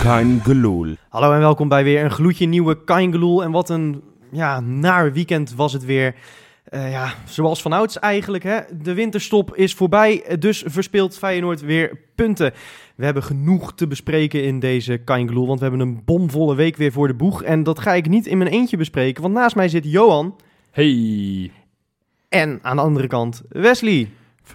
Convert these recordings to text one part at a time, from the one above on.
Kein Geloel. Hallo en welkom bij weer een gloedje nieuwe Kein Geloel. En wat een naar weekend was het weer. Zoals vanouds eigenlijk. Hè? De winterstop is voorbij, dus verspeelt Feyenoord weer punten. We hebben genoeg te bespreken in deze Kein Geloel, want we hebben een bomvolle week weer voor de boeg. En dat ga ik niet in mijn eentje bespreken, want naast mij zit Johan. Hey. En aan de andere kant Wesley.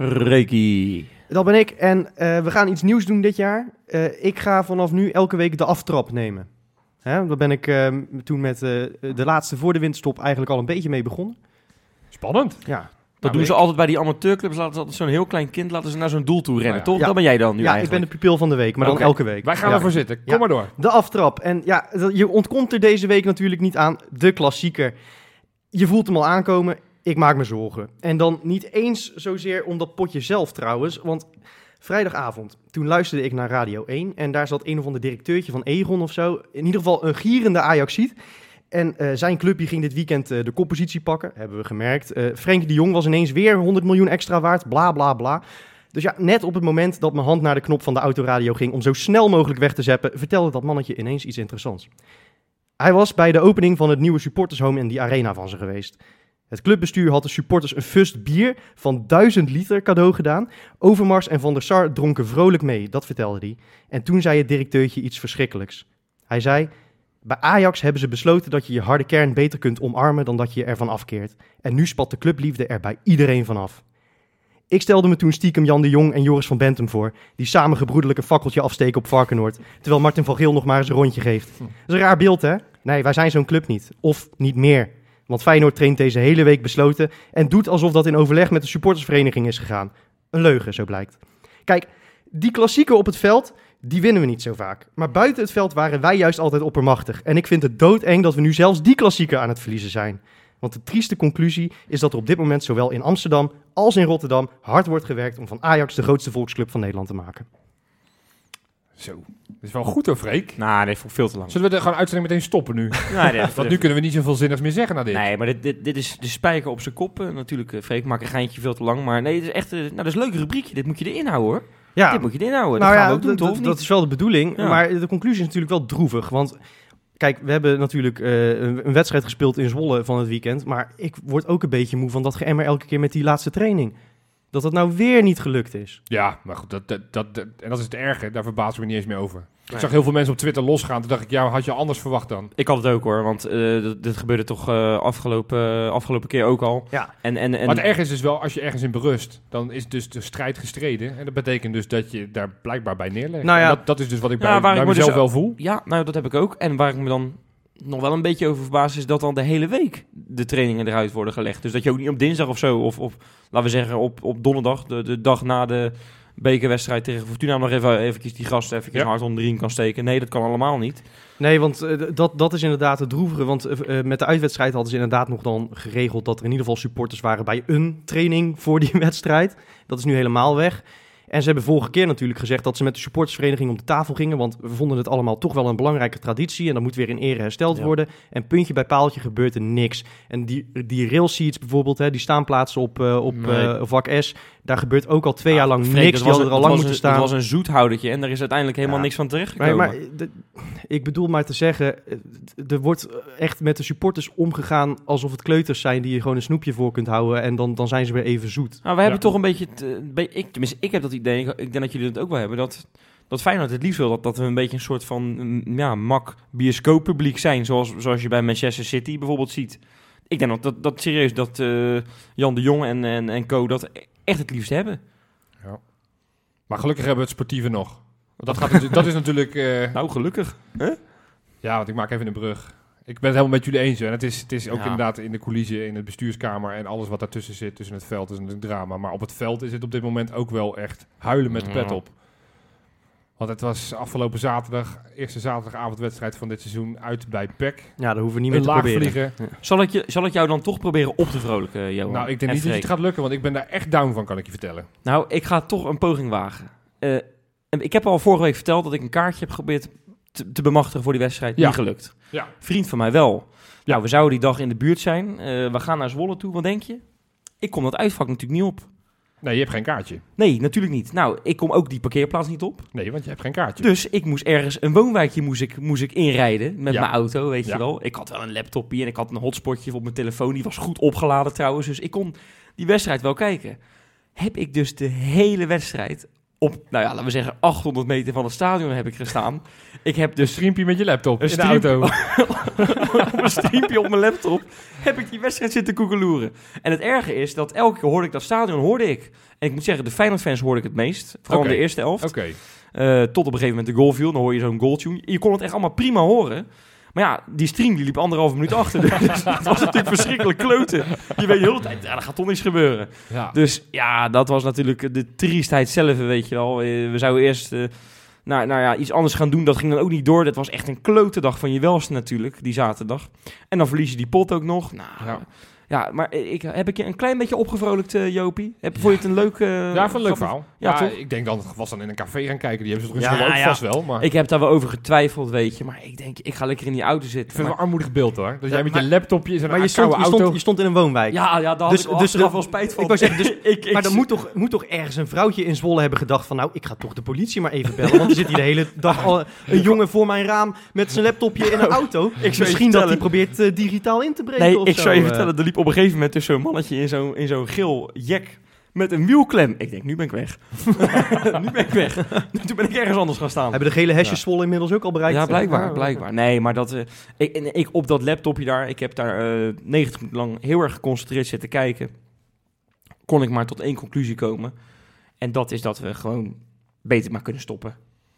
Freekie. Dat ben ik en we gaan iets nieuws doen dit jaar. Ik ga vanaf nu elke week de aftrap nemen. Daar ben ik toen met de laatste voor de winterstop eigenlijk al een beetje mee begonnen. Spannend. Ja. Dat doen ze altijd bij die amateurclubs. Laten ze altijd zo'n heel klein kind naar zo'n doel toe rennen, toch? Ja. Dat ben jij dan nu eigenlijk. Ik ben de pupil van de week, maar dan elke week. Wij gaan ervoor zitten. Kom maar door. De aftrap. En ja, je ontkomt er deze week natuurlijk niet aan. De klassieker. Je voelt hem al aankomen. Ik maak me zorgen. En dan niet eens zozeer om dat potje zelf trouwens. Want vrijdagavond, toen luisterde ik naar Radio 1. En daar zat een of ander directeurtje van Egon of zo. In ieder geval een gierende Ajaxiet. En zijn clubje ging dit weekend de koppositie pakken. Hebben we gemerkt. Frenkie de Jong was ineens weer 100 miljoen extra waard. Bla, bla, bla. Dus ja, net op het moment dat mijn hand naar de knop van de autoradio ging om zo snel mogelijk weg te zeppen, vertelde dat mannetje ineens iets interessants. Hij was bij de opening van het nieuwe supportershome in die arena van ze geweest. Het clubbestuur had de supporters een fust bier van 1000 liter cadeau gedaan. Overmars en Van der Sar dronken vrolijk mee, dat vertelde hij. En toen zei het directeurtje iets verschrikkelijks. Hij zei: bij Ajax hebben ze besloten dat je je harde kern beter kunt omarmen dan dat je je ervan afkeert. En nu spat de clubliefde er bij iedereen vanaf. Ik stelde me toen stiekem Jan de Jong en Joris van Bentum voor, die samen gebroederlijk een fakkeltje afsteken op Varkenoord, terwijl Martin van Geel nog maar eens een rondje geeft. Dat is een raar beeld, hè? Nee, wij zijn zo'n club niet. Of niet meer. Want Feyenoord traint deze hele week besloten en doet alsof dat in overleg met de supportersvereniging is gegaan. Een leugen, zo blijkt. Kijk, die klassieker op het veld, die winnen we niet zo vaak. Maar buiten het veld waren wij juist altijd oppermachtig. En ik vind het doodeng dat we nu zelfs die klassieker aan het verliezen zijn. Want de trieste conclusie is dat er op dit moment zowel in Amsterdam als in Rotterdam hard wordt gewerkt om van Ajax de grootste volksclub van Nederland te maken. Zo. Dat is wel goed hoor, Freek. Nou, nee, vond ik veel te lang. Zullen we de gewoon uitzending meteen stoppen nu? Want nu kunnen we niet zoveel zinnigs meer zeggen naar dit. Nee, maar dit is de spijker op zijn kop. Natuurlijk, Freek, maak een geintje veel te lang. Maar nee, dit is echt dat is een leuk rubriekje. Dit moet je erin houden, hoor. Ja. Dit moet je erin houden. Nou dat gaan we ook doen, toch? Dat is wel de bedoeling. Ja. Maar de conclusie is natuurlijk wel droevig. Want kijk, we hebben natuurlijk een wedstrijd gespeeld in Zwolle van het weekend. Maar ik word ook een beetje moe van dat geëmmer elke keer met die laatste training. Dat het nou weer niet gelukt is. Ja, maar goed, en dat is het erge. Daar verbaas ik me niet eens meer over. Nee. Ik zag heel veel mensen op Twitter losgaan. Toen dacht ik, had je anders verwacht dan? Ik had het ook hoor, want dit gebeurde toch afgelopen keer ook al. Ja. Maar het erg is dus wel, als je ergens in berust, dan is dus de strijd gestreden. En dat betekent dus dat je daar blijkbaar bij neerlegt. Nou ja, dat is dus wat ik bij mezelf dus wel voel. Ja, nou dat heb ik ook. En waar ik me dan nog wel een beetje over verbaas is dat dan de hele week de trainingen eruit worden gelegd. Dus dat je ook niet op dinsdag of zo, of laten we zeggen op donderdag, de dag na de bekerwedstrijd tegen Fortuna nog eventjes die gasten een hard onder de riem kan steken. Nee, dat kan allemaal niet. Nee, want dat is inderdaad het droevige. Want met de uitwedstrijd hadden ze inderdaad nog dan geregeld dat er in ieder geval supporters waren bij een training voor die wedstrijd. Dat is nu helemaal weg. En ze hebben vorige keer natuurlijk gezegd dat ze met de supportersvereniging om de tafel gingen. Want we vonden het allemaal toch wel een belangrijke traditie. En dat moet weer in ere hersteld worden. En puntje bij paaltje gebeurt er niks. En die railseats bijvoorbeeld, die staanplaatsen op vak S. Daar gebeurt ook al 2 jaar lang niks. Die hadden er al lang moeten staan. Het was een zoethoudertje en daar is uiteindelijk helemaal niks van terechtgekomen. Maar ik bedoel maar te zeggen, er wordt echt met de supporters omgegaan alsof het kleuters zijn die je gewoon een snoepje voor kunt houden. En dan zijn ze weer even zoet. Nou, we hebben toch een beetje, ik heb dat idee, ik denk dat jullie het ook wel hebben, dat Feyenoord het liefst wil dat we een beetje een soort van mak bioscooppubliek zijn, zoals je bij Manchester City bijvoorbeeld ziet. Ik denk dat serieus dat Jan de Jong en co dat echt het liefst hebben. Ja. Maar gelukkig hebben we het sportieve nog. Dat is natuurlijk... Nou, gelukkig. Huh? Ja, want ik maak even een brug. Ik ben het helemaal met jullie eens. En het is ook inderdaad in de coulissen, in het bestuurskamer en alles wat daartussen zit, tussen het veld, is een drama. Maar op het veld is het op dit moment ook wel echt huilen met de pet op. Want het was afgelopen zaterdag, eerste zaterdagavondwedstrijd van dit seizoen uit bij PEC. Ja, daar hoeven we niet meer te proberen. Vliegen. Ja. Zal ik jou dan toch proberen op te vrolijken, Johan? Nou, ik denk niet dat het gaat lukken, want ik ben daar echt down van, kan ik je vertellen. Nou, ik ga toch een poging wagen. Ik heb al vorige week verteld dat ik een kaartje heb geprobeerd te bemachtigen voor die wedstrijd. Ja. Niet gelukt. Ja. Vriend van mij wel. Ja. Nou, we zouden die dag in de buurt zijn. We gaan naar Zwolle toe. Wat denk je? Ik kom dat uitvak natuurlijk niet op. Nee, je hebt geen kaartje. Nee, natuurlijk niet. Nou, ik kom ook die parkeerplaats niet op. Nee, want je hebt geen kaartje. Dus ik moest ergens een woonwijkje moest ik inrijden met mijn auto, weet je wel. Ik had wel een laptopje en ik had een hotspotje op mijn telefoon. Die was goed opgeladen trouwens, dus ik kon die wedstrijd wel kijken. Heb ik dus de hele wedstrijd op, nou ja, laten we zeggen 800 meter van het stadion heb ik gestaan. Ik heb dus een streampje met je laptop een in de auto. op een streampje op mijn laptop heb ik die wedstrijd zitten koekeloeren. En het erge is dat elke keer hoorde ik dat stadion, hoorde ik. En ik moet zeggen, de Feyenoord-fans hoorde ik het meest. Vooral in de eerste helft. Oké. Tot op een gegeven moment de goal viel. Dan hoor je zo'n goaltune. Je kon het echt allemaal prima horen. Maar ja, die stream die liep 1,5 minuut achter. Dus het was natuurlijk verschrikkelijk kloten. Je weet de hele tijd, ja, er gaat toch niks gebeuren. Ja. Dus ja, dat was natuurlijk de triestheid zelf, weet je wel. We zouden eerst iets anders gaan doen. Dat ging dan ook niet door. Dat was echt een klote dag van je welste natuurlijk, die zaterdag. En dan verlies je die pot ook nog. Nou, ja, maar heb ik je een klein beetje opgevrolijkt, Jopie? Vond je het een leuk... ja, van een leuk verhaal. Ja, toch? Ik denk dan, was dan in een café gaan kijken. Die hebben ze toch ook vast wel. Maar ik heb daar wel over getwijfeld, weet je. Maar ik denk, ik ga lekker in die auto zitten. Ik vind het een armoedig beeld, hoor. Dus jij met je laptopje in zo'n maar je stond in een woonwijk. Ja, daar had ik achteraf wel spijt van. Ik wou zeggen, maar dan moet toch ergens een vrouwtje in Zwolle hebben gedacht van... nou, ik ga toch de politie maar even bellen. Want er zit hier de hele dag al een jongen voor mijn raam met zijn laptopje in een auto. Misschien dat hij probeert digitaal in te breken. Nee, of ik zo. zou je vertellen, er liep op een gegeven moment dus zo'n mannetje in zo'n geel jack met een wielklem. Ik denk, nu ben ik weg. Nu ben ik weg. Toen ben ik ergens anders gaan staan. Hebben de gele hesjes Zwolle inmiddels ook al bereikt? Ja, blijkbaar. Nee, maar ik op dat laptopje daar, ik heb daar 90 minuten lang heel erg geconcentreerd zitten kijken. Kon ik maar tot één conclusie komen. En dat is dat we gewoon beter maar kunnen stoppen.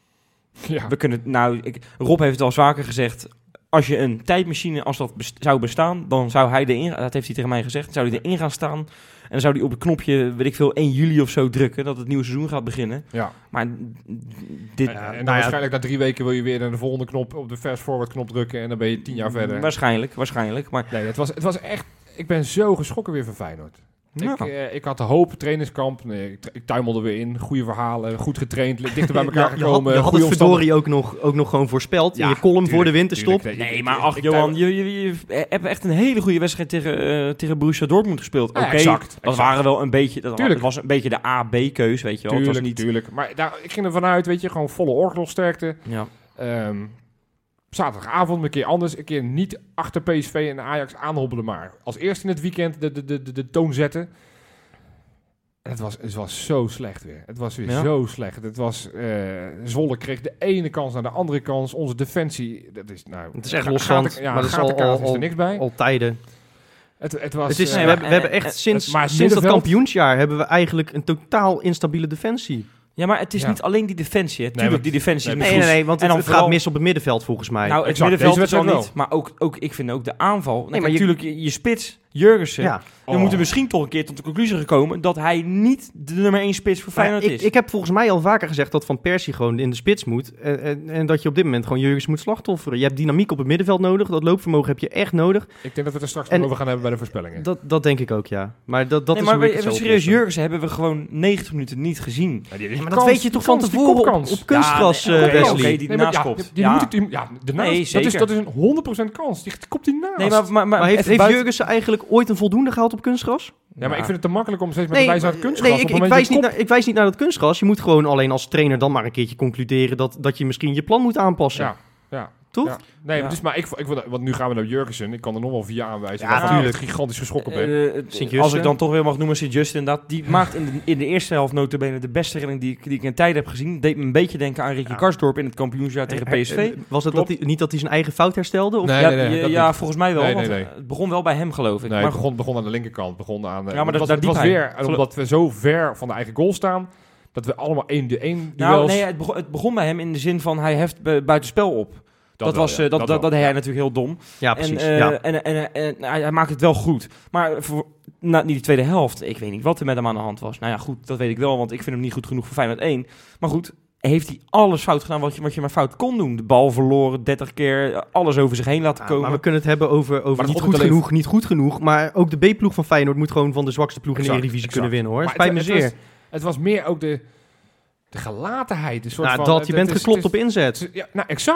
Ja. We kunnen, Rob heeft het al vaker gezegd. Als je een tijdmachine, als dat zou bestaan, dan zou hij erin, dat heeft hij tegen mij gezegd, zou hij erin gaan staan en dan zou hij op het knopje, weet ik veel, 1 juli of zo drukken, dat het nieuwe seizoen gaat beginnen. Ja. Maar dit... en dan waarschijnlijk na 3 weken wil je weer naar de volgende knop, op de fast forward knop drukken en dan ben je 10 jaar verder. Waarschijnlijk. Maar nee, het was echt, ik ben zo geschrokken weer van Feyenoord. Ja. Ik had de hoop, trainingskamp, ik tuimelde weer in, goede verhalen, goed getraind, dichter bij elkaar gekomen. Je had het verdorie ook nog gewoon voorspeld in je column voor de winterstop. Nee, maar ach Johan, je hebt echt een hele goede wedstrijd tegen Borussia Dortmund gespeeld. Oké, exact. Dat waren wel een beetje, het was een beetje de A-B-keus, weet je wel. Het was niet... Tuurlijk. Maar ik ging ervan uit, weet je, gewoon volle orgelsterkte. Ja. Zaterdagavond een keer anders, een keer niet achter PSV en Ajax aanhobbelen, maar als eerste in het weekend de toon zetten. En het was zo slecht weer. Het was weer zo slecht. Het was, Zwolle kreeg de ene kans naar de andere kans. Onze defensie, dat is nou... Het is echt loszand, maar dat is is er niks bij. Al tijden. Het was... Het is, we hebben echt sinds dat kampioensjaar hebben we eigenlijk een totaal instabiele defensie. Ja, maar het is niet alleen die defensie. Hè. Tuurlijk, die defensie is Nee, want het gaat mis op het middenveld volgens mij. Nou, het middenveld is al niet. Maar ook, ik vind ook de aanval. Nee, maar natuurlijk, je spits, Jurgensen. Ja. We moeten misschien toch een keer tot de conclusie gekomen dat hij niet de nummer 1 spits voor Feyenoord is. Ik heb volgens mij al vaker gezegd dat Van Persie gewoon in de spits moet. En dat je op dit moment gewoon Jurgensen moet slachtofferen. Je hebt dynamiek op het middenveld nodig. Dat loopvermogen heb je echt nodig. Ik denk dat we het er straks over gaan hebben bij de voorspellingen. Dat denk ik ook, ja. Maar dat is hoe ik het serieus, Jurgensen hebben we gewoon 90 minuten niet gezien. Ja, maar dat weet je toch van tevoren op kunstgras, Wesley. Die ernaast kopt. Dat is een 100% kans. Die kopt die naast. Nee, maar heeft Jurgensen eigenlijk ooit een voldoende gehaald op kunstgras? Ja, maar ik vind het te makkelijk om steeds met de wijze naar het kunstgras. Nee, ik wijs niet naar het kunstgras. Je moet gewoon alleen als trainer dan maar een keertje concluderen dat je misschien je plan moet aanpassen. Ja. Toch? Ja. Nee, dus maar want nu gaan we naar Jurgensen. Ik kan er nog wel 4 aanwijzen. Ja, natuurlijk. Ik gigantisch geschrokken ben. Als ik dan toch weer mag noemen, Sint-Just inderdaad. Die maakt in de eerste helft notabene de beste redding die ik in tijd heb gezien. Deed me een beetje denken aan Ricky Karsdorp in het kampioensjaar tegen PSV. Was het niet dat hij zijn eigen fout herstelde? Of? Nee, volgens mij wel. Nee. Het begon wel bij hem, geloof ik. Nee, maar het begon aan de linkerkant. Het was weer omdat we zo ver van de eigen goal staan, dat we allemaal 1-1 duels... het begon bij hem in de zin van hij heft buitenspel op. Dat deed hij natuurlijk heel dom. Ja, precies. En hij maakt het wel goed. Maar niet de tweede helft, ik weet niet wat er met hem aan de hand was. Nou ja, goed, dat weet ik wel, want ik vind hem niet goed genoeg voor Feyenoord 1. Maar goed, heeft hij alles fout gedaan wat je maar fout kon doen. De bal verloren, 30 keer, alles over zich heen laten komen. Maar we kunnen het hebben over niet goed genoeg. Maar ook de B-ploeg van Feyenoord moet gewoon van de zwakste ploeg in de Eredivisie kunnen winnen, hoor. Spijt me zeer. Het was meer ook de gelatenheid. Een soort van, je bent geklopt op inzet. Ja, nou, exact.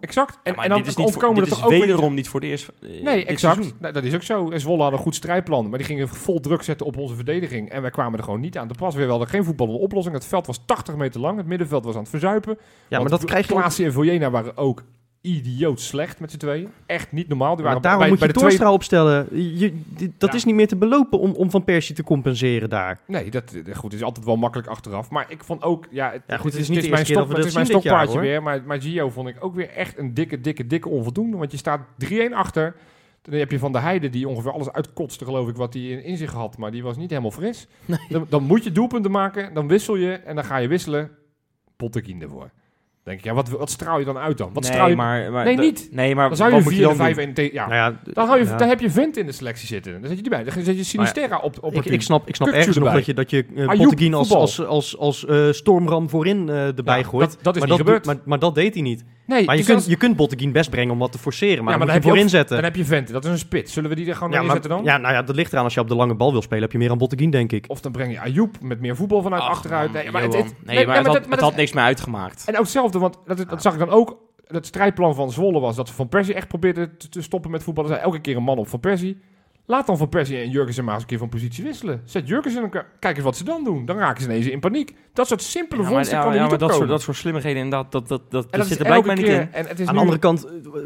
Exact. Ja, maar en dan dit is, niet overkomen voor, er dit toch is ook wederom niet voor de eerste. Nee, exact. Nou, dat is ook zo. En Zwolle had een goed strijdplan, maar die gingen vol druk zetten op onze verdediging. En wij kwamen er gewoon niet aan te pas. We hadden geen voetballende oplossing. Het veld was 80 meter lang. Het middenveld was aan het verzuipen. Ja, maar dat krijg je... Klaasie en Vojena waren ook idioot slecht met z'n tweeën. Echt niet normaal. Die Maar waren daarom moet je de Toornstra opstellen. Dat Ja. is niet meer te belopen om Van Persie te compenseren daar. Nee, goed, is altijd wel makkelijk achteraf. Maar ik vond ook... het is niet de mijn eerste keer dat we dat het is mijn zien dit jaar, stokpaardje hoor. weer. Maar Gio vond ik ook weer echt een dikke onvoldoende. Want je staat 3-1 achter. Dan heb je Van der Heijden die ongeveer alles uitkotste, geloof ik, wat hij in zich had. Maar die was niet helemaal fris. Nee. Dan moet je doelpunten maken. Dan wissel je. En dan ga je wisselen. Pottekin ervoor. Dan denk ik, wat straal je dan uit dan? Wat straal je... maar niet. Nee, maar Dan zou wat je moet je dan 4-5-1 doen? ja. Nou ja, Dan heb je Vent in de selectie zitten. Dan zet je die bij. Dan zet je Sinisterra op het ik snap Kukçu ergens nog erbij. dat je Ayoub, Potteguin voetbal. als stormram voorin erbij Ja, gooit. dat is maar niet gebeurd. Maar dat deed hij niet. Nee, Maar dus je kunt Potteguin best brengen om wat te forceren. Maar Ja, dan maar moet je voorin zetten. Dan heb je Vent. Dat is een spits. Zullen we die er gewoon Ja, neerzetten dan? ja, nou ja, dat ligt eraan. Als je op de lange bal wil spelen, heb je meer aan Potteguin, denk ik. Of dan breng je Ayoub met meer voetbal vanuit Ach, achteruit. man, Nee, maar Johan. Het had niks meer uitgemaakt. En ook hetzelfde, want dat zag ik dan ook. Het strijdplan van Zwolle was dat ze Van Persie echt probeerden te stoppen met voetballen. Er zei elke keer een man op Van Persie. Laat dan Van Persie en Jurgensen maar eens een keer van positie wisselen. Zet Jurgensen en kijk eens wat ze dan doen. Dan raken ze ineens in paniek. Dat soort simpele vondsten kan er niet opkomen. Dat soort slimmigheden inderdaad, dat En zit er blijkbaar niet in. En het is Aan de andere kant,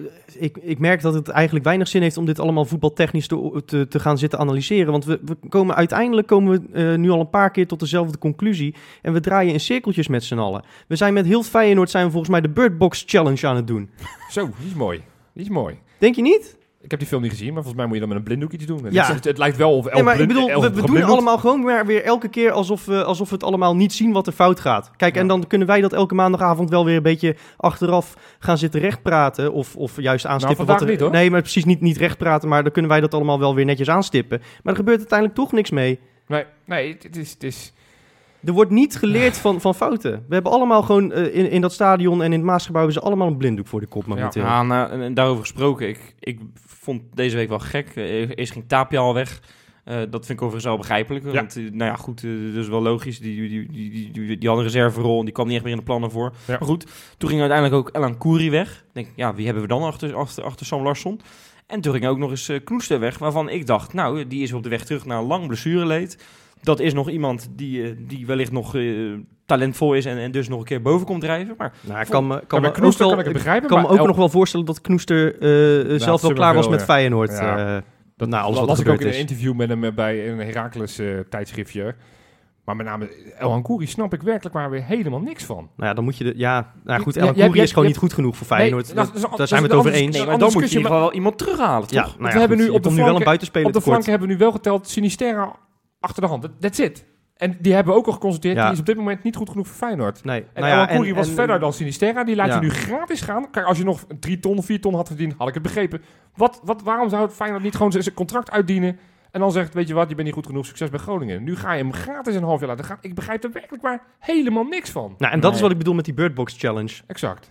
ik merk dat het eigenlijk weinig zin heeft om dit allemaal voetbaltechnisch te gaan zitten analyseren. Want we komen nu al een paar keer tot dezelfde conclusie. En we draaien in cirkeltjes met z'n allen. We zijn met heel Feyenoord volgens mij de Bird Box Challenge aan het doen. Zo, die is mooi. Denk je niet? Ik heb die film niet gezien, maar volgens mij moet je dan met een blinddoek iets doen. Ja. Het lijkt wel of Nee, maar ik bedoel, we doen allemaal gewoon weer elke keer alsof we het allemaal niet zien wat er fout gaat. Kijk, Ja. en dan kunnen wij dat elke maandagavond wel weer een beetje achteraf gaan zitten rechtpraten. Of juist aanstippen. vandaag niet, hoor. Nee, maar precies niet rechtpraten, maar dan kunnen wij dat allemaal wel weer netjes aanstippen. Maar er gebeurt uiteindelijk toch niks mee. Nee, het is... Er wordt niet geleerd van fouten. We hebben allemaal gewoon in dat stadion en in het Maasgebouw hebben ze allemaal een blinddoek voor de kop momenteel. Ja, en daarover gesproken, ik vond deze week wel gek. Eerst ging Tapia al weg. Dat vind ik overigens wel begrijpelijk. Ja. Want, nou ja, goed, dat is wel logisch. Die had een reserverol en die kwam niet echt meer in de plannen voor. Ja. Maar goed, toen ging uiteindelijk ook Elan Kouri weg. Ik denk, ja, wie hebben we dan achter Sam Larsson? En toen ging ook nog eens Knoester weg, waarvan ik dacht, nou, die is op de weg terug naar een lang blessureleed. Dat is nog iemand die wellicht nog talentvol is en dus nog een keer boven komt drijven. Maar Nou, ik kan ik het begrijpen. kan me maar ook nog wel voorstellen dat Knoester zelf wel klaar was met Feyenoord. Ja. Dat alles wat las er ik ook gebeurd in een is. interview met hem bij een Heracles tijdschriftje. Maar met name Elhan Kouri snap ik werkelijk maar weer helemaal niks van. Nou ja, dan moet je... goed, Ja, Elhan Kouri is gewoon niet goed genoeg voor Feyenoord. Nee, Daar zijn we het over eens. nee, maar anders dan moet je in discussie, ieder geval wel iemand terughalen, toch? Ja, nou we ja, hebben goed, nu je op de komt nu wel een flanken- buitenspeler Op de tekort. flanken hebben we nu wel geteld Sinisterra achter de hand. That's it. En die hebben we ook al geconstateerd. Ja. Die is op dit moment niet goed genoeg voor Feyenoord. Nee. En Nou ja, Elhan Kouri was en- verder dan Sinisterra. Die laat Ja. je nu gratis gaan. Kijk, als je nog 3 ton of 4 ton had verdiend, had ik het begrepen. Waarom zou het Feyenoord niet gewoon zijn contract uitdienen en dan zegt, weet je wat, je bent niet goed genoeg, succes bij Groningen. Nu ga je hem gratis een half jaar laten gaan. Ik begrijp er werkelijk maar helemaal niks van. Nou, en dat is wat ik bedoel met die Bird Box Challenge. Exact.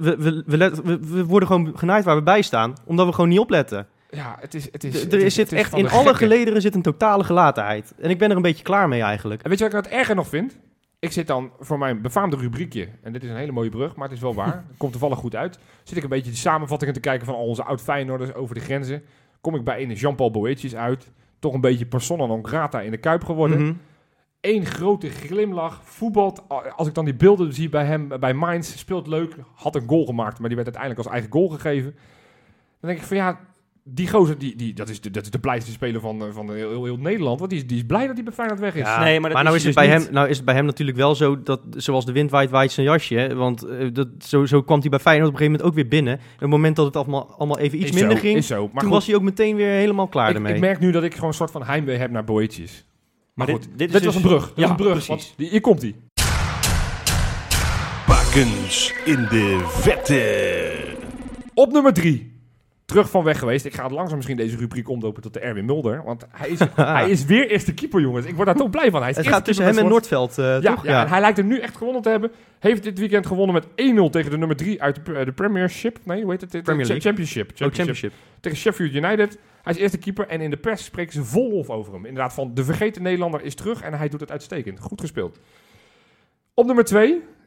We worden gewoon genaaid waar we bij staan, omdat we gewoon niet opletten. Ja, Er zit echt in alle gelederen zit een totale gelatenheid. En ik ben er een beetje klaar mee eigenlijk. En weet je wat ik nou het erger nog vind? Ik zit dan voor mijn befaamde rubriekje, en dit is een hele mooie brug, maar het is wel waar, het komt toevallig goed uit, zit ik een beetje de samenvattingen te kijken van al onze oud-Feyenoorders over de grenzen. Kom ik bij een Jean-Paul Boetjes uit, toch een beetje persona non grata in de Kuip geworden. Mhm. Eén grote glimlach, voetbalt. Als ik dan die beelden zie bij hem, bij Mainz, speelt leuk, had een goal gemaakt, maar die werd uiteindelijk als eigen goal gegeven. Dan denk ik van ja, die gozer, dat is de blijste speler van heel Nederland, want die is blij dat hij bij Feyenoord weg is. Ja, Nee, maar dat nou is is dus het niet. nou is het bij hem natuurlijk wel zo dat zoals de wind waait zijn jasje. Hè? Want zo kwam hij bij Feyenoord op een gegeven moment ook weer binnen. En op het moment dat het allemaal even iets Is minder zo, ging, is zo. Maar toen goed, was hij ook meteen weer helemaal klaar ermee. ik merk nu dat ik gewoon een soort van heimwee heb naar Boetjes. Maar Maar goed, dit dit is was dus- een brug. Dit Ja, was een brug. precies. Want hier komt hij. Bakens in de vette. Op nummer 3. Terug van weg geweest. Ik ga langzaam misschien deze rubriek omdopen tot de Erwin Mulder. Want hij is weer eerste keeper, jongens. Ik word daar toch blij van. Hij is Het eerste gaat tussen keeper hem en met Noordveld, Ja, toch? ja, en hij lijkt er nu echt gewonnen te hebben. Heeft dit weekend gewonnen met 1-0 tegen de nummer 3 uit de Premiership. Nee, hoe heet het? Premier League. Championship. Championship. Tegen Sheffield United. Hij is eerste keeper en in de pers spreken ze vol lof over hem. Inderdaad, van de vergeten Nederlander is terug en hij doet het uitstekend. Goed gespeeld. Op nummer 2,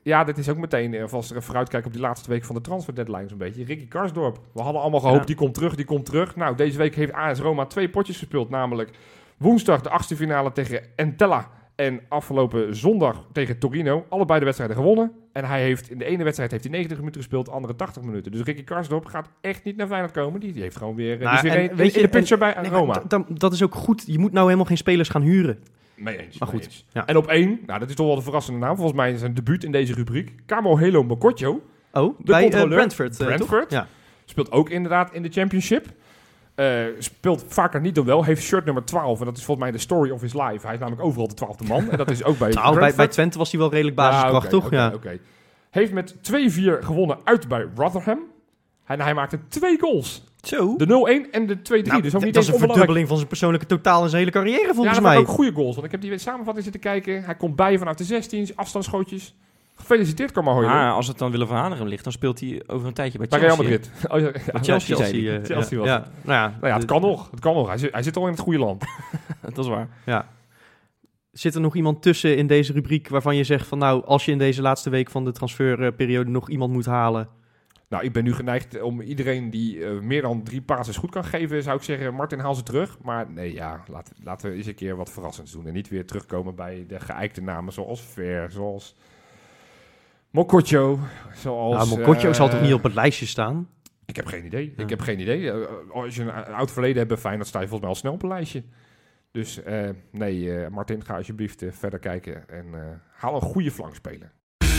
Ja, dit is ook meteen, als er vooruitkijken op die laatste week van de transfer deadline zo'n beetje. Ricky Karsdorp. We hadden allemaal gehoopt, die komt terug. Nou, deze week heeft AS Roma 2 potjes gespeeld. Namelijk woensdag de 8e finale tegen Entella. En afgelopen zondag tegen Torino. Allebei de wedstrijden gewonnen. En hij heeft in de ene wedstrijd 90 minuten gespeeld, de andere 80 minuten. Dus Ricky Karsdorp gaat echt niet naar Feyenoord komen. Die heeft gewoon weer, in de picture bij Roma. Dat is ook goed. Je moet nou helemaal geen spelers gaan huren. Mee eens. Maar goed. Ja. En op 1, dat is toch wel de verrassende naam. Volgens mij is zijn debuut in deze rubriek. Camo Helo Mokotjo. Oh, bij Brentford. Brentford. Ja. Speelt ook inderdaad in de Championship. Speelt vaker niet dan wel. Heeft shirt nummer 12. En dat is volgens mij de story of his life. Hij is namelijk overal de 12e man. En dat is ook bij bij Twente was hij wel redelijk basiskracht, toch? Oké. Heeft met 2-4 gewonnen uit bij Rotherham. En hij maakte 2 goals. Zo. De 0-1 en de 2-3. Nou, dus ook niet dat is een verdubbeling van zijn persoonlijke totaal in zijn hele carrière, volgens mij. Ja, dat ook goede goals. Want ik heb die samenvatting zitten kijken. Hij komt bij vanaf de 16, afstandsschootjes. Gefeliciteerd, Carmo. Als het dan Willem van Hanegem ligt, dan speelt hij over een tijdje bij Chelsea. Real Madrid. Oh, ja. Chelsea was het. Nou ja, het kan nog. Hij zit al in het goede land. Dat is waar. Ja. Zit er nog iemand tussen in deze rubriek waarvan je zegt van nou, als je in deze laatste week van de transferperiode nog iemand moet halen? Nou, ik ben nu geneigd om iedereen die meer dan 3 passes goed kan geven, zou ik zeggen, Martin, haal ze terug. Maar nee, ja, laten we eens een keer wat verrassends doen. En niet weer terugkomen bij de geëikte namen zoals Ver, zoals Mokotjo, zoals... Nou, Mokotjo zal toch niet op het lijstje staan? Ik heb geen idee. Als je een oud verleden hebt bij Feyenoord, sta je volgens mij al snel op een lijstje. Dus Martin, ga alsjeblieft verder kijken en haal een goede flankspeler.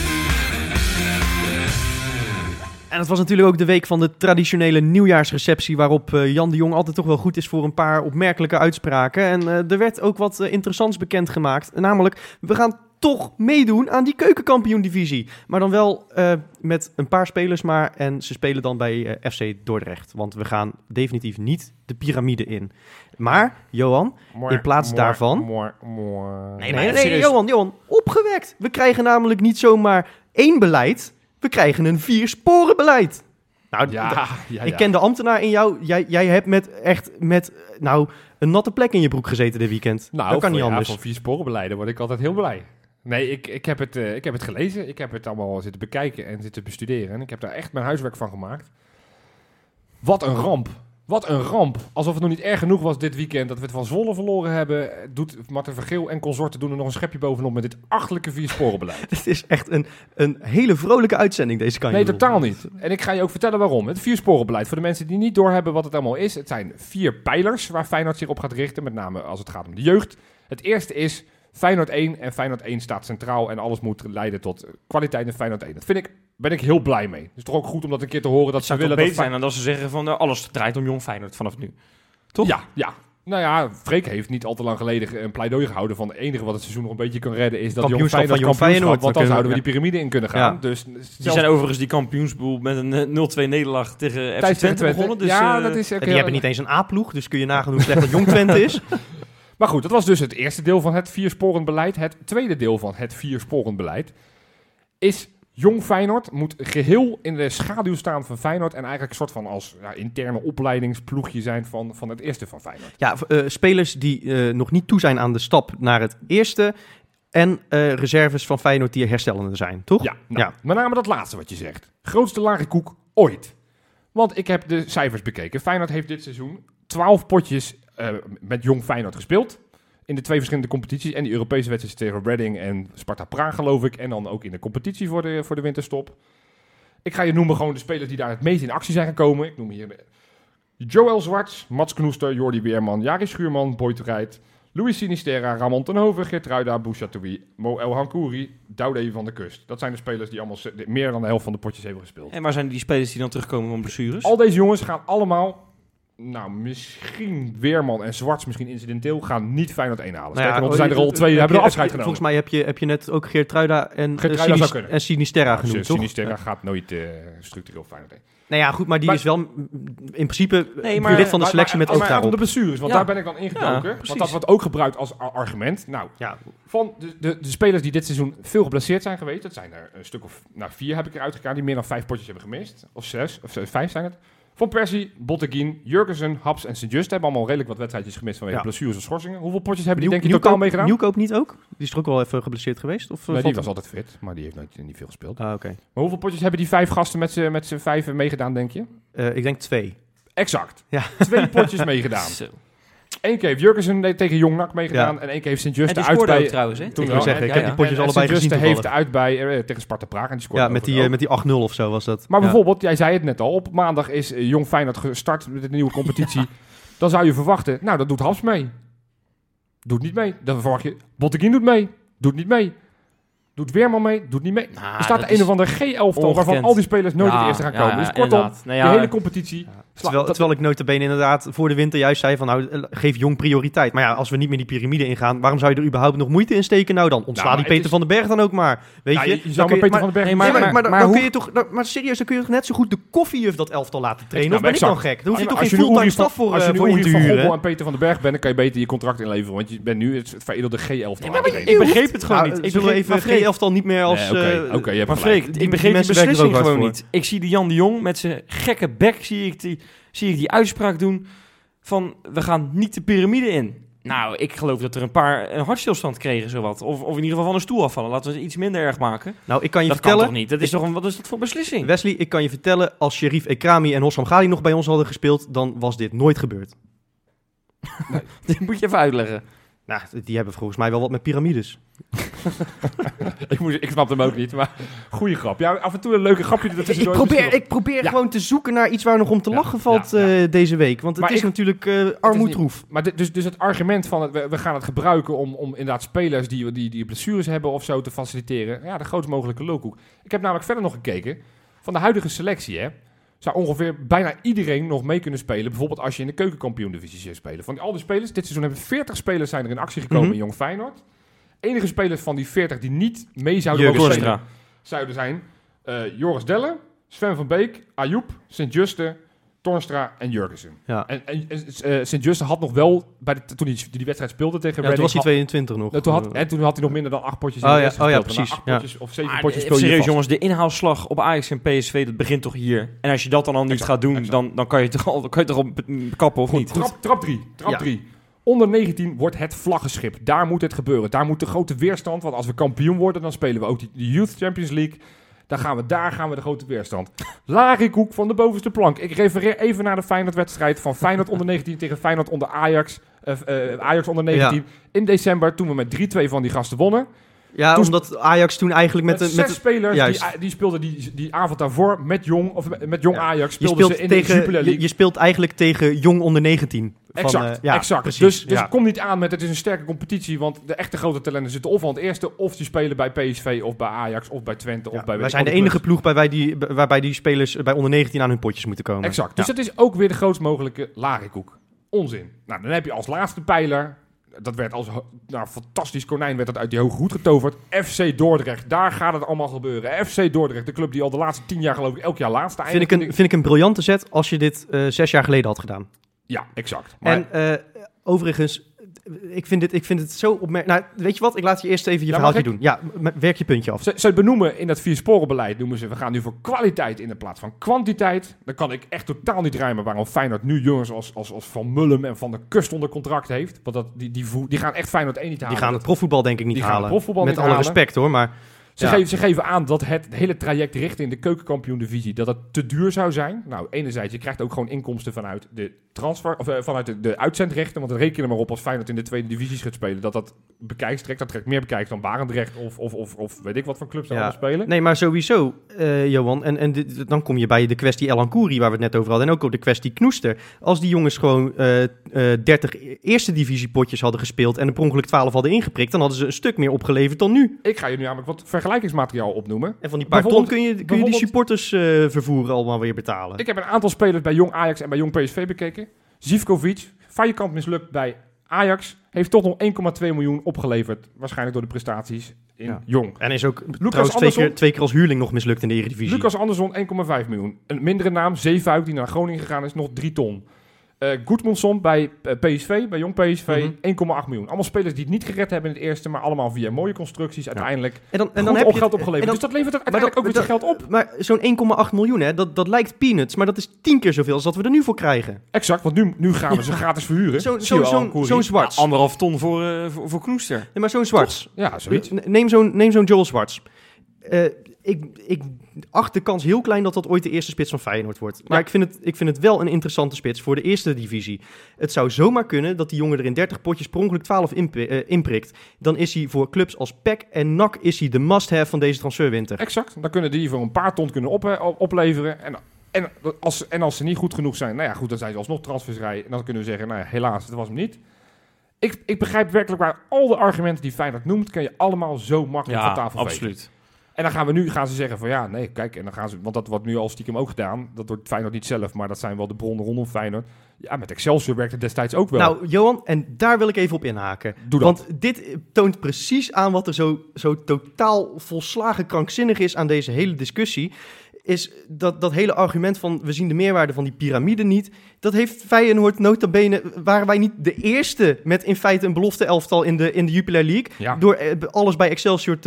En het was natuurlijk ook de week van de traditionele nieuwjaarsreceptie, waarop Jan de Jong altijd toch wel goed is voor een paar opmerkelijke uitspraken. En er werd ook wat interessants bekendgemaakt. Namelijk, we gaan toch meedoen aan die keukenkampioen-divisie. Maar dan wel met een paar spelers maar. En ze spelen dan bij FC Dordrecht. Want we gaan definitief niet de piramide in. Maar, Johan, in plaats daarvan... Nee, Johan, opgewekt. We krijgen namelijk niet zomaar 1 beleid... We krijgen een 4-sporenbeleid. Nou, ik ken de ambtenaar in jou. Jij hebt met een natte plek in je broek gezeten dit weekend. Nou, dat kan niet anders. Van 4-sporenbeleiden word ik altijd heel blij. Nee, ik heb het gelezen. Ik heb het allemaal zitten bekijken en zitten bestuderen. En ik heb daar echt mijn huiswerk van gemaakt. Wat een ramp. Wat een ramp. Alsof het nog niet erg genoeg was dit weekend dat we het van Zwolle verloren hebben. Doet Marten Vergeel en consorten doen er nog een schepje bovenop met dit achterlijke 4-sporenbeleid. Het is echt een hele vrolijke uitzending deze kant. Nee, totaal niet. En ik ga je ook vertellen waarom. Het 4-sporenbeleid, voor de mensen die niet doorhebben wat het allemaal is. Het zijn 4 pijlers waar Feyenoord zich op gaat richten. Met name als het gaat om de jeugd. Het eerste is Feyenoord 1 en Feyenoord 1 staat centraal. En alles moet leiden tot kwaliteit in Feyenoord 1. Dat ben ik heel blij mee. Het is toch ook goed om dat een keer te horen dat ze willen... Het zou zijn dan ze zeggen van alles draait om Jong Feyenoord vanaf nu. Toch? Ja. Nou ja, Freek heeft niet al te lang geleden een pleidooi gehouden van het enige wat het seizoen nog een beetje kan redden is dat Jong Feyenoord, want dan zouden we die piramide in kunnen gaan. Ja. Dus die zijn overigens die kampioensboel met een 0-2 nederlaag tegen FC Twente begonnen. Dus, dat is die hebben niet eens een A-ploeg, dus kun je nagaan hoe slecht dat Jong Twente is. Maar goed, dat was dus het eerste deel van het 4-sporend beleid. Het tweede deel van het 4-sporend beleid is... Jong Feyenoord moet geheel in de schaduw staan van Feyenoord en eigenlijk een soort van als interne opleidingsploegje zijn van het eerste van Feyenoord. Ja, spelers die nog niet toe zijn aan de stap naar het eerste en reserves van Feyenoord die herstellende zijn, toch? Ja, met name dat laatste wat je zegt. Grootste lage koek ooit. Want ik heb de cijfers bekeken. Feyenoord heeft dit seizoen 12 potjes met Jong Feyenoord gespeeld. In de 2 verschillende competities. En die Europese wedstrijden tegen Reading en Sparta Praag, geloof ik. En dan ook in de competitie voor de winterstop. Ik ga je noemen gewoon de spelers die daar het meest in actie zijn gekomen. Ik noem hier Joël Zwarts, Mats Knoester, Jordi Weerman, Jari Schuurman, Boy Toureit, Louis Sinisterra, Ramon Tenhoven, Geertruida, Bouchatoui, Mo El Hankouri, Doude van de Kust. Dat zijn de spelers die allemaal meer dan de helft van de potjes hebben gespeeld. En waar zijn die spelers die dan terugkomen van blessures? Al deze jongens gaan allemaal... Nou, misschien Weerman en Zwarts, misschien incidenteel, gaan niet Feyenoord 1 halen. Sterker nog, er zijn er al 2 die hebben er afscheid genomen. Volgens mij heb je net ook Geertruida en Sinisterra genoemd, toch? Sinisterra gaat nooit structureel Feyenoord 1. Nou ja, goed, maar die is wel in principe lid van de selectie met oog daarop. Om de blessures, want daar ben ik dan ingedoken. Ja, want dat wordt ook gebruikt als argument. Nou, van de spelers die dit seizoen veel geblesseerd zijn geweest, dat zijn er een stuk of 4 heb ik eruit gegaan, die meer dan 5 potjes hebben gemist. Of 6, of 5 zijn het. Van Persie, Botteguin, Jurgensen, Haps en Sint-Just hebben allemaal redelijk wat wedstrijdjes gemist vanwege Ja. blessures en schorsingen. Hoeveel potjes hebben die denk je totaal meegedaan? Nieuwkoop niet ook? Die is er ook wel even geblesseerd geweest? Of, Nee, die was altijd fit, maar die heeft nooit niet veel gespeeld. Ah, oké. Maar hoeveel potjes hebben die 5 gasten met z'n 5 meegedaan, denk je? Ik denk 2. Exact. Ja. 2 potjes meegedaan. Zo. 1 keer heeft Jurgensen tegen Jong NAC meegedaan en 1 keer heeft Sint-Just En die uit scoorde ook bij... trouwens, hè? Toen Ik wel. wil zeggen, ik heb die potjes En allebei gezien Sint-Just heeft toevallig. uit bij tegen Sparta Praag en die scoorde Ja, met die 8-0 of zo was dat. Maar Ja. bijvoorbeeld, jij zei het net al, op maandag is Jong Feyenoord gestart met de nieuwe competitie. Dan zou je verwachten, nou, dat doet Haps mee. Doet niet mee. Dan verwacht je, Botteguin doet mee. Doet niet mee. Doet Weerman mee. Doet niet mee. Nou, Er staat dat een is of andere G-elftal waarvan ongekend. al die spelers nooit het eerste gaan komen. Dus kortom, inderdaad. Nou de hele competitie... Terwijl ik notabene inderdaad voor de winter juist zei van nou, geef Jong prioriteit. Maar ja, als we niet meer die piramide ingaan, waarom zou je er überhaupt nog moeite in steken? Nou dan, ontsla Nou, die maar het Peter van den Berg dan ook maar. Weet Nou, je? je Dan zou kun maar je- Peter van den Berg... Nee, Nee, maar maar dan hoe- kun je toch, maar serieus, dan kun je toch net zo goed de koffiejuf dat elftal laten trainen? Nou, Of ben ik exact. dan gek? Dan hoef je Nee, toch maar geen als je nu fulltime Uri staf voor Als je nu in Uri te van Gobbel huren? en Peter van den Berg bent, dan kan je beter je contract inleveren. Want je bent nu het veredelde G-elftal. Nee, maar aan het ik trainen. begreep het gewoon niet. Ik Zullen we begreep- even maar Freek- G-elftal niet meer als... Nee, oké, je hebt Maar gelijk. Freek, Die ik begreep die mensen werken er ook beslissing hard gewoon voor. niet. Ik zie die Jan de Jong met zijn gekke bek, zie ik die uitspraak doen van we gaan niet de piramide in. Nou, ik geloof dat er een paar een hartstilstand kregen, zowat. Of in ieder geval van een stoel afvallen. Laten we het iets minder erg maken. Nou, ik kan je Dat kan vertellen... toch niet? Dat is toch wat is dat voor beslissing? Wesley, ik kan je vertellen, als Sherif Ekrami en Hossam Ghali nog bij ons hadden gespeeld, dan was dit nooit gebeurd. Dit moet je even uitleggen. Nou, die hebben volgens mij wel wat met piramides. Ik snap hem ook niet, maar goede grap. Ja, af en toe een leuke grapje. Dat is Ik probeer Ja. gewoon te zoeken naar iets waar nog om te Ja, lachen valt ja. deze week. Want het Maar is ik- natuurlijk armoedroef. Maar dus het argument van we gaan het gebruiken om inderdaad spelers die blessures hebben of zo te faciliteren. Ja, de grootst mogelijke lulkoek. Ik heb namelijk verder nog gekeken. Van de huidige selectie, hè, zou ongeveer bijna iedereen nog mee kunnen spelen. Bijvoorbeeld als je in de keukenkampioen-divisie zou spelen. Van al die spelers, dit seizoen hebben 40 spelers zijn er in actie gekomen in Jong Feyenoord. Enige spelers van die 40 die niet mee zouden mogen Jurgensen. spelen, zouden zijn Joris Delle, Sven van Beek, Ayoub, Sint-Juste, Toornstra en Jurgensen. Ja. En Sint-Juste had nog wel, toen hij die wedstrijd speelde tegen Ja, toen was hij Reading, 22 nog. toen had hij nog minder dan 8 potjes in Oh de ja, wedstrijd oh ja, gespeeld. precies, Maar 8 potjes of 7 Maar potjes speel je serieus vast. jongens, de inhaalslag op Ajax en PSV, dat begint toch hier. En als je dat dan al niet Exact, gaat doen, exact. dan kan je toch op kappen of niet? Trap 3. Ja. 3. Onder 19 wordt het vlaggenschip. Daar moet het gebeuren. Daar moet de grote weerstand. Want als we kampioen worden, dan spelen we ook de Youth Champions League. Daar gaan we de grote weerstand. Larikoek van de bovenste plank. Ik refereer even naar de Feyenoord-wedstrijd van Feyenoord onder 19 tegen Feyenoord onder Ajax. Ajax onder 19. In december, toen we met 3-2 van die gasten wonnen. Ja, Toen- omdat Ajax toen eigenlijk Met met 6 spelers juist. die speelden die avond daarvoor met Jong, met Jong Ja. Ajax. je Speelden speelt, ze in de Jupiler League. je speelt eigenlijk tegen Jong onder 19. Van, Exact, ja, exact. precies. Dus ja. kom niet aan met het is een sterke competitie, want de echte grote talenten zitten of aan het eerste, of die spelen bij PSV of bij Ajax of bij Twente Ja, of bij... wij zijn de enige ploeg waarbij die spelers bij onder 19 aan hun potjes moeten komen. Exact. Ja. Dus dat is ook weer de grootst mogelijke larikoek. Onzin. Nou, dan heb je als laatste pijler, dat werd als fantastisch konijn werd dat uit die hoge hoed getoverd, FC Dordrecht. Daar gaat het allemaal gebeuren. FC Dordrecht, de club die al de laatste 10 jaar geloof ik elk jaar laatste eindigt. Vind ik een briljante zet als je dit 6 jaar geleden had gedaan. Ja, exact. Maar En overigens, ik vind het zo opmerkelijk. Nou, weet je wat? Ik laat je eerst even je Ja, mag verhaaltje ik? doen. Ja, werk je puntje af. Ze benoemen in dat viersporenbeleid, noemen ze, we gaan nu voor kwaliteit in de plaats van kwantiteit. Dan kan ik echt totaal niet rijmen waarom Feyenoord nu jongens als Van Mullum en Van der Kust onder contract heeft. Want die gaan echt Feyenoord 1 niet halen. Die gaan het profvoetbal denk ik niet die gaan het halen. profvoetbal Met niet alle halen. respect hoor, maar... Ze geven aan dat het hele traject richting de keukenkampioen-divisie dat het te duur zou zijn. Nou, enerzijds, je krijgt ook gewoon inkomsten vanuit de transfer of vanuit de uitzendrechten. Want reken er maar op als Feyenoord in de tweede divisies gaat spelen, dat bekijkstrekt. Dat trekt meer bekijks dan Barendrecht of weet ik wat voor clubs daar allemaal spelen. Nee, maar sowieso, Johan. En dan kom je bij de kwestie El Ancoury, waar we het net over hadden. En ook op de kwestie Knoester. Als die jongens gewoon 30 eerste divisiepotjes hadden gespeeld en er per ongeluk 12 hadden ingeprikt, dan hadden ze een stuk meer opgeleverd dan nu. Ik ga je nu namelijk wat vergelijkingsmateriaal opnoemen. En van die paar ton kun je die bijvoorbeeld- supporters vervoeren allemaal weer betalen. Ik heb een aantal spelers bij Jong Ajax en bij Jong PSV bekeken. Zivkovic, Fabrikant mislukt bij Ajax, heeft toch nog 1,2 miljoen opgeleverd. Waarschijnlijk door de prestaties in Jong. En is ook Lucas trouwens Andersson- twee keer als huurling nog mislukt in de Eredivisie. Lucas Andersson 1,5 miljoen. Een mindere naam, Zeefuik, die naar Groningen gegaan is, nog 3 ton. Goedmundsson bij PSV, bij Jong PSV, 1,8 miljoen. Allemaal spelers die het niet gered hebben in het eerste, maar allemaal via mooie constructies uiteindelijk En dan heb je geld opgeleverd. Dus dat levert uiteindelijk ook weer geld op. Maar zo'n 1,8 miljoen, hè, dat lijkt peanuts, maar dat is 10 keer zoveel als dat we er nu voor krijgen. Exact, want nu gaan we ze gratis verhuren. Zo'n Zwarts. 1,5 ton voor Knoester. Nee, maar zo'n Zwarts. Ja, zoiets. Neem zo'n Joel Zwarts. Ik acht de kans heel klein dat dat ooit de eerste spits van Feyenoord wordt. Maar ik vind het wel een interessante spits voor de eerste divisie. Het zou zomaar kunnen dat die jongen er in 30 potjes per ongeluk 12 inprikt. Dan is hij voor clubs als PEC en NAC is hij de must-have van deze transferwinter. Exact, dan kunnen die voor een paar ton opleveren. En als ze niet goed genoeg zijn, nou ja, goed, dan zijn ze alsnog transfervrij. En dan kunnen we zeggen, nou ja, helaas, het was hem niet. Ik begrijp werkelijk waar al de argumenten die Feyenoord noemt, kan je allemaal zo makkelijk van tafel vegen. Absoluut. En dan gaan ze zeggen van ja, nee, kijk, en dan gaan ze, want dat wordt nu al stiekem ook gedaan. Dat doet Feyenoord niet zelf, maar dat zijn wel de bronnen rondom Feyenoord. Ja, met Excelsior werkte het destijds ook wel. Nou, Johan, en daar wil ik even op inhaken. Doe dat. Want dit toont precies aan wat er zo totaal volslagen krankzinnig is aan deze hele discussie. Is dat hele argument van we zien de meerwaarde van die piramide niet. Dat heeft Feyenoord nota bene, waren wij niet de eerste met in feite een belofte elftal in de Jupiler League. Ja. Door alles bij Excelsior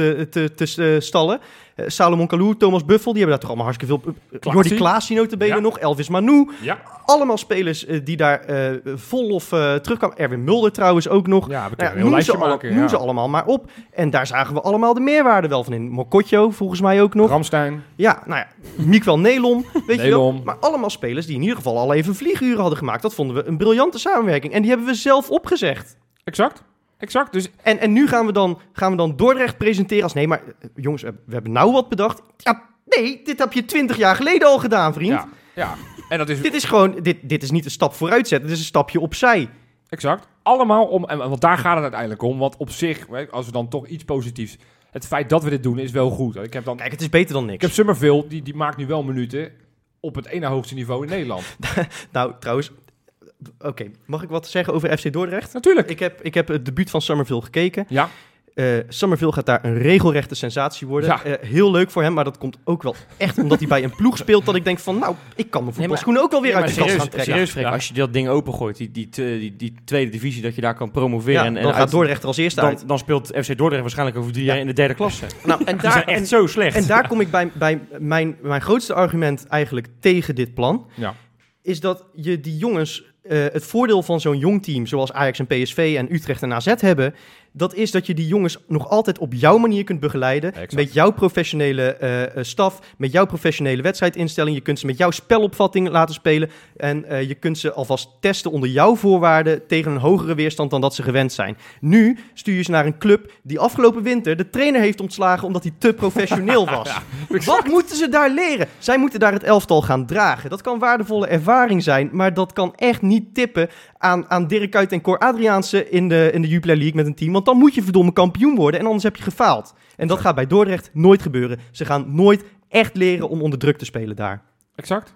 te stallen. Salomon Kalou, Thomas Buffel, die hebben daar toch allemaal hartstikke veel. Jordi Klaasie nota bene nog, Elvis Manu. Ja. Allemaal spelers die daar vol lof terugkwamen. Erwin Mulder trouwens ook nog. Ja, we kunnen een heel lijstje maken. Noem ze allemaal maar op. En daar zagen we allemaal de meerwaarde wel van in. Mokotjo volgens mij ook nog. Ramstein. Ja, nou ja, Miguel Nelom, weet je wel. Nelom. Maar allemaal spelers die in ieder geval al even vlieguren hadden gemaakt. Dat vonden we een briljante samenwerking. En die hebben we zelf opgezegd. Exact. Dus En nu gaan we dan Dordrecht presenteren als... Nee, maar jongens, we hebben nou wat bedacht. Ja, nee, dit heb je 20 jaar geleden al gedaan, vriend. ja. En dat is... Dit is gewoon... Dit is niet een stap vooruit zetten. Dit is een stapje opzij. Exact. Allemaal om... Want daar gaat het uiteindelijk om. Want op zich, als we dan toch iets positiefs... Het feit dat we dit doen is wel goed. Kijk, het is beter dan niks. Ik heb Summerville, die maakt nu wel minuten op het ene hoogste niveau in Nederland. Nou, trouwens... Oké, mag ik wat zeggen over FC Dordrecht? Natuurlijk. Ik heb het debuut van Summerville gekeken. Ja. Summerville gaat daar een regelrechte sensatie worden. Ja. Heel leuk voor hem, maar dat komt ook wel echt omdat hij bij een ploeg speelt dat ik denk van, nou, ik kan mijn voetbalschoenen ook wel weer uit de kast gaan trekken. Serieus, Freek, als je dat ding opengooit, die tweede divisie, dat je daar kan promoveren. Ja, dan gaat Dordrecht er als eerste uit. Dan speelt FC Dordrecht waarschijnlijk over 3 jaar in de derde klasse. Nou, en die zijn echt zo slecht. En daar kom ik bij mijn grootste argument eigenlijk tegen dit plan. Ja. Is dat je die jongens... het voordeel van zo'n jong team, zoals Ajax en PSV en Utrecht en AZ hebben... dat is dat je die jongens nog altijd op jouw manier kunt begeleiden. Exact. Met jouw professionele staf, met jouw professionele wedstrijdinstelling. Je kunt ze met jouw spelopvatting laten spelen. En je kunt ze alvast testen onder jouw voorwaarden tegen een hogere weerstand dan dat ze gewend zijn. Nu stuur je ze naar een club die afgelopen winter de trainer heeft ontslagen omdat hij te professioneel was. Wat moeten ze daar leren? Zij moeten daar het elftal gaan dragen. Dat kan waardevolle ervaring zijn, maar dat kan echt niet tippen aan Dirk Kuyt en Cor Adriaanse in de Jupiler League met een team. Want dan moet je verdomme kampioen worden en anders heb je gefaald. En dat gaat bij Dordrecht nooit gebeuren. Ze gaan nooit echt leren om onder druk te spelen daar. Exact.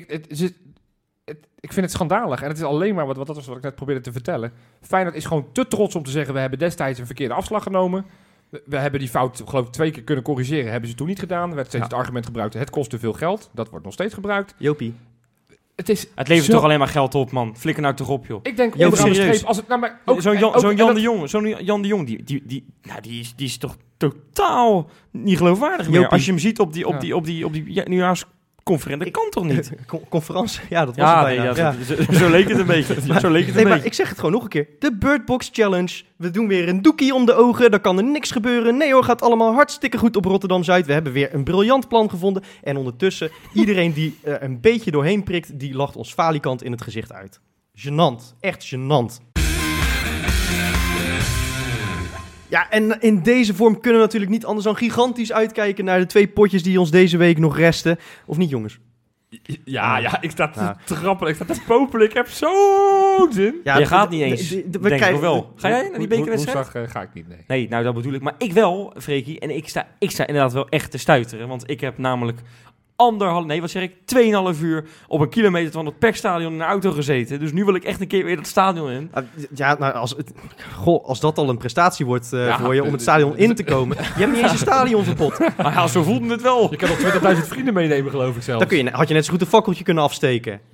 Ik vind het schandalig. En het is alleen maar, wat ik net probeerde te vertellen. Feyenoord is gewoon te trots om te zeggen... we hebben destijds een verkeerde afslag genomen. We hebben die fout, geloof ik, 2 keer kunnen corrigeren. Hebben ze toen niet gedaan. Er werd steeds het argument gebruikt... het kost te veel geld. Dat wordt nog steeds gebruikt. Jopie. Het levert toch alleen maar geld op, man. Flikker nou toch op, joh. Ik denk onderaan de streep... Als het, Zo'n Jan de Jong, die is toch totaal niet geloofwaardig meer. Als je hem ziet op die nieuwjaarsconferentie, dat kan toch niet? Conferentie? Ja, dat was het bijna. Zo leek het een beetje. Maar ik zeg het gewoon nog een keer. De Bird Box Challenge. We doen weer een doekie om de ogen. Dan kan er niks gebeuren. Nee hoor, gaat allemaal hartstikke goed op Rotterdam-Zuid. We hebben weer een briljant plan gevonden. En ondertussen, iedereen die een beetje doorheen prikt, die lacht ons falikant in het gezicht uit. Gênant. Echt gênant. Ja, en in deze vorm kunnen we natuurlijk niet anders dan gigantisch uitkijken naar de 2 potjes die ons deze week nog resten. Of niet, jongens? Ja, ik sta te trappelen, ik sta te popelen, ik heb zo'n zin. Ja, je gaat niet eens, denk ik wel. Ga jij naar die bekerwedstrijd? Woensdag ga ik niet, nee. Nee, nou dat bedoel ik. Maar ik wel, Freekie. En ik sta inderdaad wel echt te stuiteren. Want ik heb namelijk 2,5 uur op een kilometer van het PEC-stadion in de auto gezeten. Dus nu wil ik echt een keer weer dat stadion in. Ja, nou, als dat al een prestatie wordt voor je om het stadion in te komen. Je hebt niet eens een stadion verpot. Maar ja, zo voelde het wel. Je kan nog 20.000 vrienden meenemen, geloof ik zelf. Dan had je net zo goed een fakkeltje kunnen afsteken.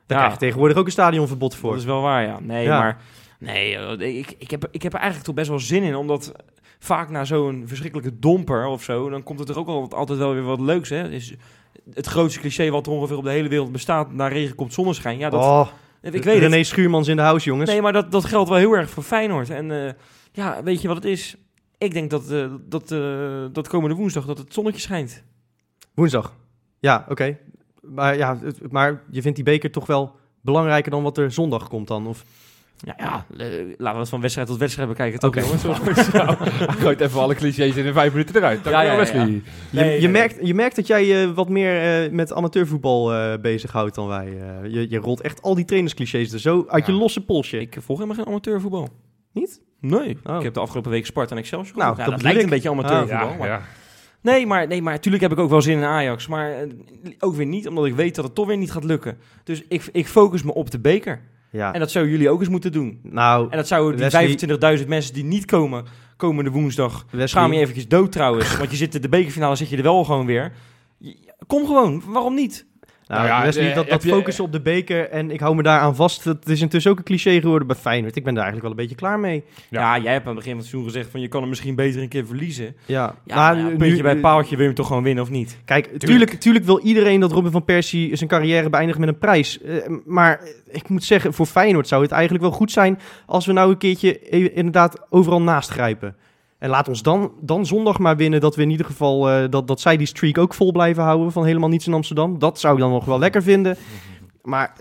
Daar krijg je tegenwoordig ook een stadionverbod voor. Dat is wel waar, ja. Nee, Ja. maar... Nee, ik heb er eigenlijk toch best wel zin in, omdat vaak na zo'n verschrikkelijke domper of zo, dan komt het er ook altijd wel weer wat leuks, hè. Dus het grootste cliché wat er ongeveer op de hele wereld bestaat, na regen komt zonneschijn. Ja, dat... Ik weet het. René Schuurmans in de house, jongens. Nee, maar dat geldt wel heel erg voor Feyenoord. En ja, weet je wat het is? Ik denk dat komende woensdag dat het zonnetje schijnt. Woensdag. Ja, oké. Maar je vindt die beker toch wel belangrijker dan wat er zondag komt dan? Of? Laten we het van wedstrijd tot wedstrijd bekijken. Toch, Oké. jongens? Gooit even alle clichés in 5 minuten eruit. Dankjewel, Wesley. Je merkt dat jij wat meer met amateurvoetbal bezighoudt dan wij. Je rolt echt al die trainersclichés er zo uit je losse polsje. Ik volg helemaal geen amateurvoetbal. Niet? Nee. Oh. Ik heb de afgelopen week Sparta en Excelsior Nou, gevolgd. dat dat lijkt bedoel een ik. beetje amateurvoetbal. maar... Nee, maar natuurlijk heb ik ook wel zin in Ajax. Maar ook weer niet, omdat ik weet dat het toch weer niet gaat lukken. Dus ik focus me op de beker. Ja. En dat zouden jullie ook eens moeten doen. Nou, En dat zouden die 25.000 mensen die niet komen komende woensdag... Schaam je eventjes dood trouwens. Want je zit in de bekerfinale, zit je er wel gewoon weer. Kom gewoon, waarom niet? Wesley, dat focussen op de beker en ik hou me daar aan vast. Dat is intussen ook een cliché geworden bij Feyenoord. Ik ben daar eigenlijk wel een beetje klaar mee. Ja, jij hebt aan het begin van het seizoen gezegd van je kan hem misschien beter een keer verliezen. Ja, Maar een puntje bij het paaltje wil je hem toch gewoon winnen of niet? Kijk, tuurlijk wil iedereen dat Robin van Persie zijn carrière beëindigt met een prijs. Maar ik moet zeggen, voor Feyenoord zou het eigenlijk wel goed zijn als we nou een keertje inderdaad overal naast grijpen. En laat ons dan zondag maar winnen, dat we in ieder geval dat zij die streak ook vol blijven houden van helemaal niets in Amsterdam. Dat zou ik dan nog wel lekker vinden. Maar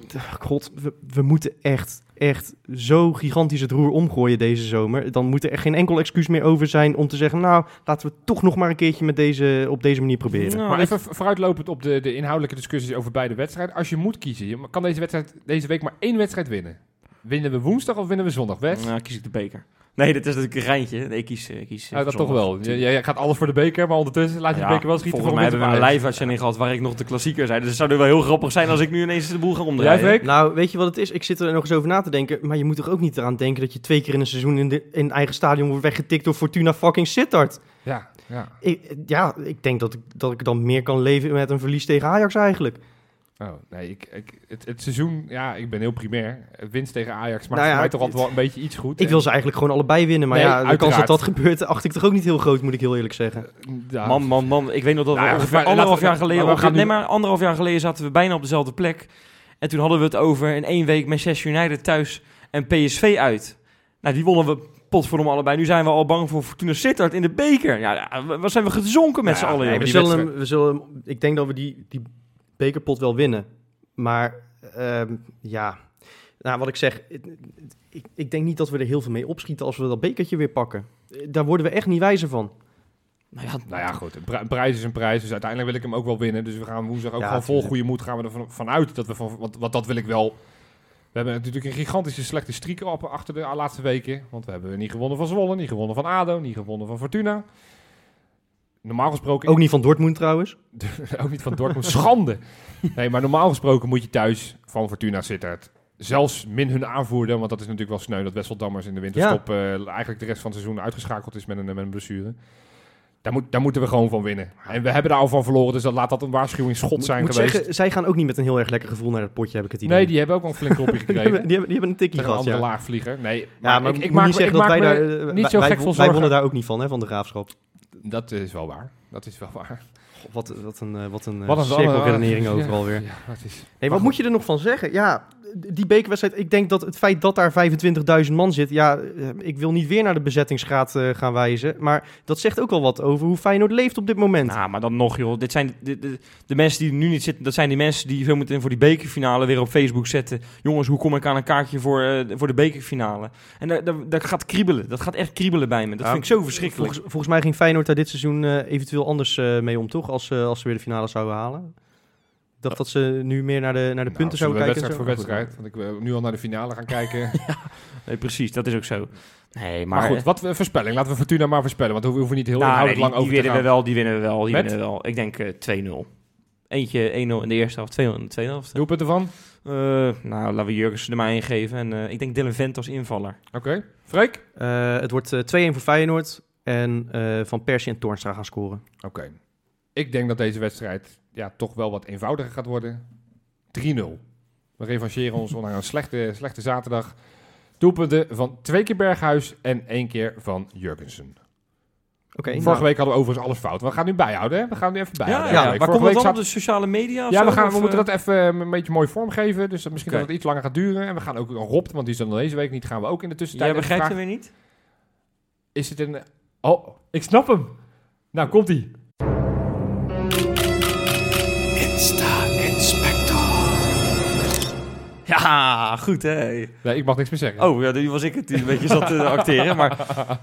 we moeten echt zo gigantisch het roer omgooien deze zomer. Dan moet er echt geen enkel excuus meer over zijn om te zeggen, nou, laten we het toch nog maar een keertje op deze manier proberen. Nou, Maar even vooruitlopend op de inhoudelijke discussies over beide wedstrijden. Als je moet kiezen, je kan deze week maar 1 wedstrijd winnen. Winnen we woensdag of winnen we zondag? West? Nou, kies ik de beker. Nee, dat is natuurlijk een geintje. Nee, ik kies Dat toch wel. Jij gaat alles voor de beker, maar ondertussen laat je de beker wel schieten. Volgens mij hebben we een live-uitzending gehad waar ik nog de klassieker zei. Dus het zou nu wel heel grappig zijn als ik nu ineens de boel ga omdraaien. Jij, Freek? Nou, weet je wat het is? Ik zit er nog eens over na te denken. Maar je moet toch ook niet eraan denken dat je 2 keer in een seizoen in eigen stadion wordt weggetikt door Fortuna fucking Sittard. Ja. Ik denk dat ik dan meer kan leven met een verlies tegen Ajax eigenlijk. Oh, nee, het seizoen, ja, ik ben heel primair. Winst tegen Ajax maakt Nou ja, voor mij toch altijd wel een beetje iets goed. Ik wil ze eigenlijk gewoon allebei winnen. Maar Nee, ja, de kans uiteraard. dat dat gebeurt, acht ik toch ook niet heel groot, moet ik heel eerlijk zeggen. Ja. Man. Ik weet nog dat we Nou ja, ongeveer maar anderhalf laten we- jaar geleden... maar we gaan nu- anderhalf jaar geleden zaten we bijna op dezelfde plek. En toen hadden we het over in 1 week Manchester United thuis en PSV uit. Nou, die wonnen we potverdomme allebei. Nu zijn we al bang voor Fortuna Sittard in de beker. Ja, wat zijn we gezonken met z'n allen, nee, joh. We zullen, ik denk dat we die bekerpot wel winnen. Maar wat ik zeg, ik denk niet dat we er heel veel mee opschieten als we dat bekertje weer pakken. Daar worden we echt niet wijzer van. Nou ja, goed. Een prijs is een prijs. Dus uiteindelijk wil ik hem ook wel winnen. Dus we gaan woensdag ook gewoon vol tuurlijk. goede moed gaan we ervan uit. Dat we want dat wil ik wel. We hebben natuurlijk een gigantische slechte streak op achter de laatste weken. Want we hebben niet gewonnen van Zwolle, niet gewonnen van ADO, niet gewonnen van Fortuna. Normaal gesproken... Ook niet van Dortmund trouwens. ook niet van Dortmund. Schande! Nee, maar normaal gesproken moet je thuis van Fortuna Sittard. Zelfs min hun aanvoerder, want dat is natuurlijk wel sneu dat Wessel Dammers in de winterstop eigenlijk de rest van het seizoen uitgeschakeld is met een blessure. Daar moeten we gewoon van winnen. En we hebben daar al van verloren, dus laat dat een waarschuwingsschot zijn Moet geweest. zeggen, zij gaan ook niet met een heel erg lekker gevoel naar het potje, heb ik het idee. Nee, die hebben ook wel een flink klopje gekregen. die hebben een tikkie Tegen een gehad, andere ja. laagvlieger. Nee, Ja, maar ik moet maak niet zeggen dat wij daar... niet zo gek veel wij zorgen. wonnen daar ook niet van, hè, van de Graafschap. Dat is wel waar. Dat is wel waar. Wat een Wat een cirkelredenering overal weer. Ja, dat is... Hey, wat moet je er nog van zeggen? Ja, die bekerwedstrijd, ik denk dat het feit dat daar 25.000 man zit... Ja, ik wil niet weer naar de bezettingsgraad gaan wijzen... maar dat zegt ook wel wat over hoe Feyenoord leeft op dit moment. Nou, maar dan nog, joh. Dit zijn de mensen die er nu niet zitten... Dat zijn die mensen die veel meteen voor die bekerfinale weer op Facebook zetten. Jongens, hoe kom ik aan een kaartje voor de bekerfinale? En dat gaat kriebelen. Dat gaat echt kriebelen bij me. Dat vind ik zo verschrikkelijk. Volgens mij ging Feyenoord daar dit seizoen eventueel anders mee om, toch? Als ze weer de finale zouden halen. Ik dacht dat ze nu meer naar de punten zouden kijken. Wedstrijd voor wedstrijd. Want ik wil nu al naar de finale gaan kijken. Nee, precies. Dat is ook zo. Nee, Maar goed, wat voorspelling. Laten we Fortuna maar voorspellen. Want we hoeven niet heel inhoudelijk lang over te gaan. Die winnen we wel. Ik denk 2-0. Eentje 1-0 in de eerste helft, 2-0 in de tweede helft. Doelpunten van? Laten we Jurgensen er maar 1 geven. En ik denk Dylan Vent als invaller. Oké. Freek? Het wordt 2-1 voor Feyenoord. En Van Persie en Toornstra gaan scoren. Oké. Ik denk dat deze wedstrijd toch wel wat eenvoudiger gaat worden. 3-0. We revancheren ons na een slechte zaterdag. Doelpunten van 2 keer Berghuis en 1 keer van Jurgensen. Oké, Vorige week hadden we overigens alles fout. We gaan nu bijhouden, hè? We gaan nu even bijhouden. Ja, Vorige waar komt week het dan? zat- De sociale media? Of Ja, zo? we moeten dat even een beetje mooi vormgeven. Dus dat misschien Oké. dat het iets langer gaat duren. En we gaan ook Rob, want die is dan deze week niet, gaan we ook in de tussentijd Jij even begrijpt het vragen. weer niet? Is het een... Oh, ik snap hem. Nou, komt-ie. Ja, goed hè. Nee, ik mag niks meer zeggen. Oh, ja, nu was ik het die een beetje zat te acteren, maar...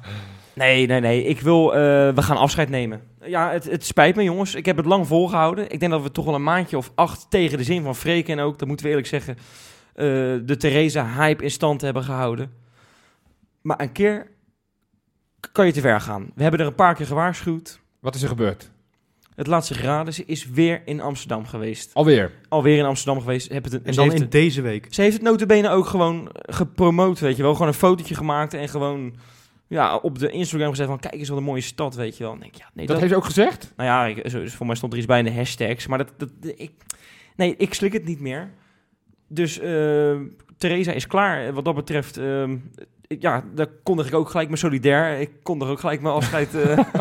Nee. Ik wil... we gaan afscheid nemen. Ja, het spijt me, jongens. Ik heb het lang volgehouden. Ik denk dat we toch wel een maandje of 8 tegen de zin van Freken en ook, dat moeten we eerlijk zeggen, de Theresa-hype in stand hebben gehouden. Maar een keer kan je te ver gaan. We hebben er een paar keer gewaarschuwd. Wat is er gebeurd? Het laat zich raden. Ze is weer in Amsterdam geweest. Alweer. Alweer in Amsterdam geweest. en dan in deze week. Ze heeft het notabene ook gewoon gepromoot, weet je wel. Gewoon een fotootje gemaakt en gewoon op de Instagram gezet van kijk eens wat een mooie stad, weet je wel. Dan denk ik, ja, nee, Dat heeft ze ook gezegd? Nou ja, voor mij stond er iets bij in de hashtags. Maar ik slik het niet meer. Dus Theresa is klaar. Wat dat betreft, daar kondig ik ook gelijk me solidair. Ik kondig ook gelijk mijn afscheid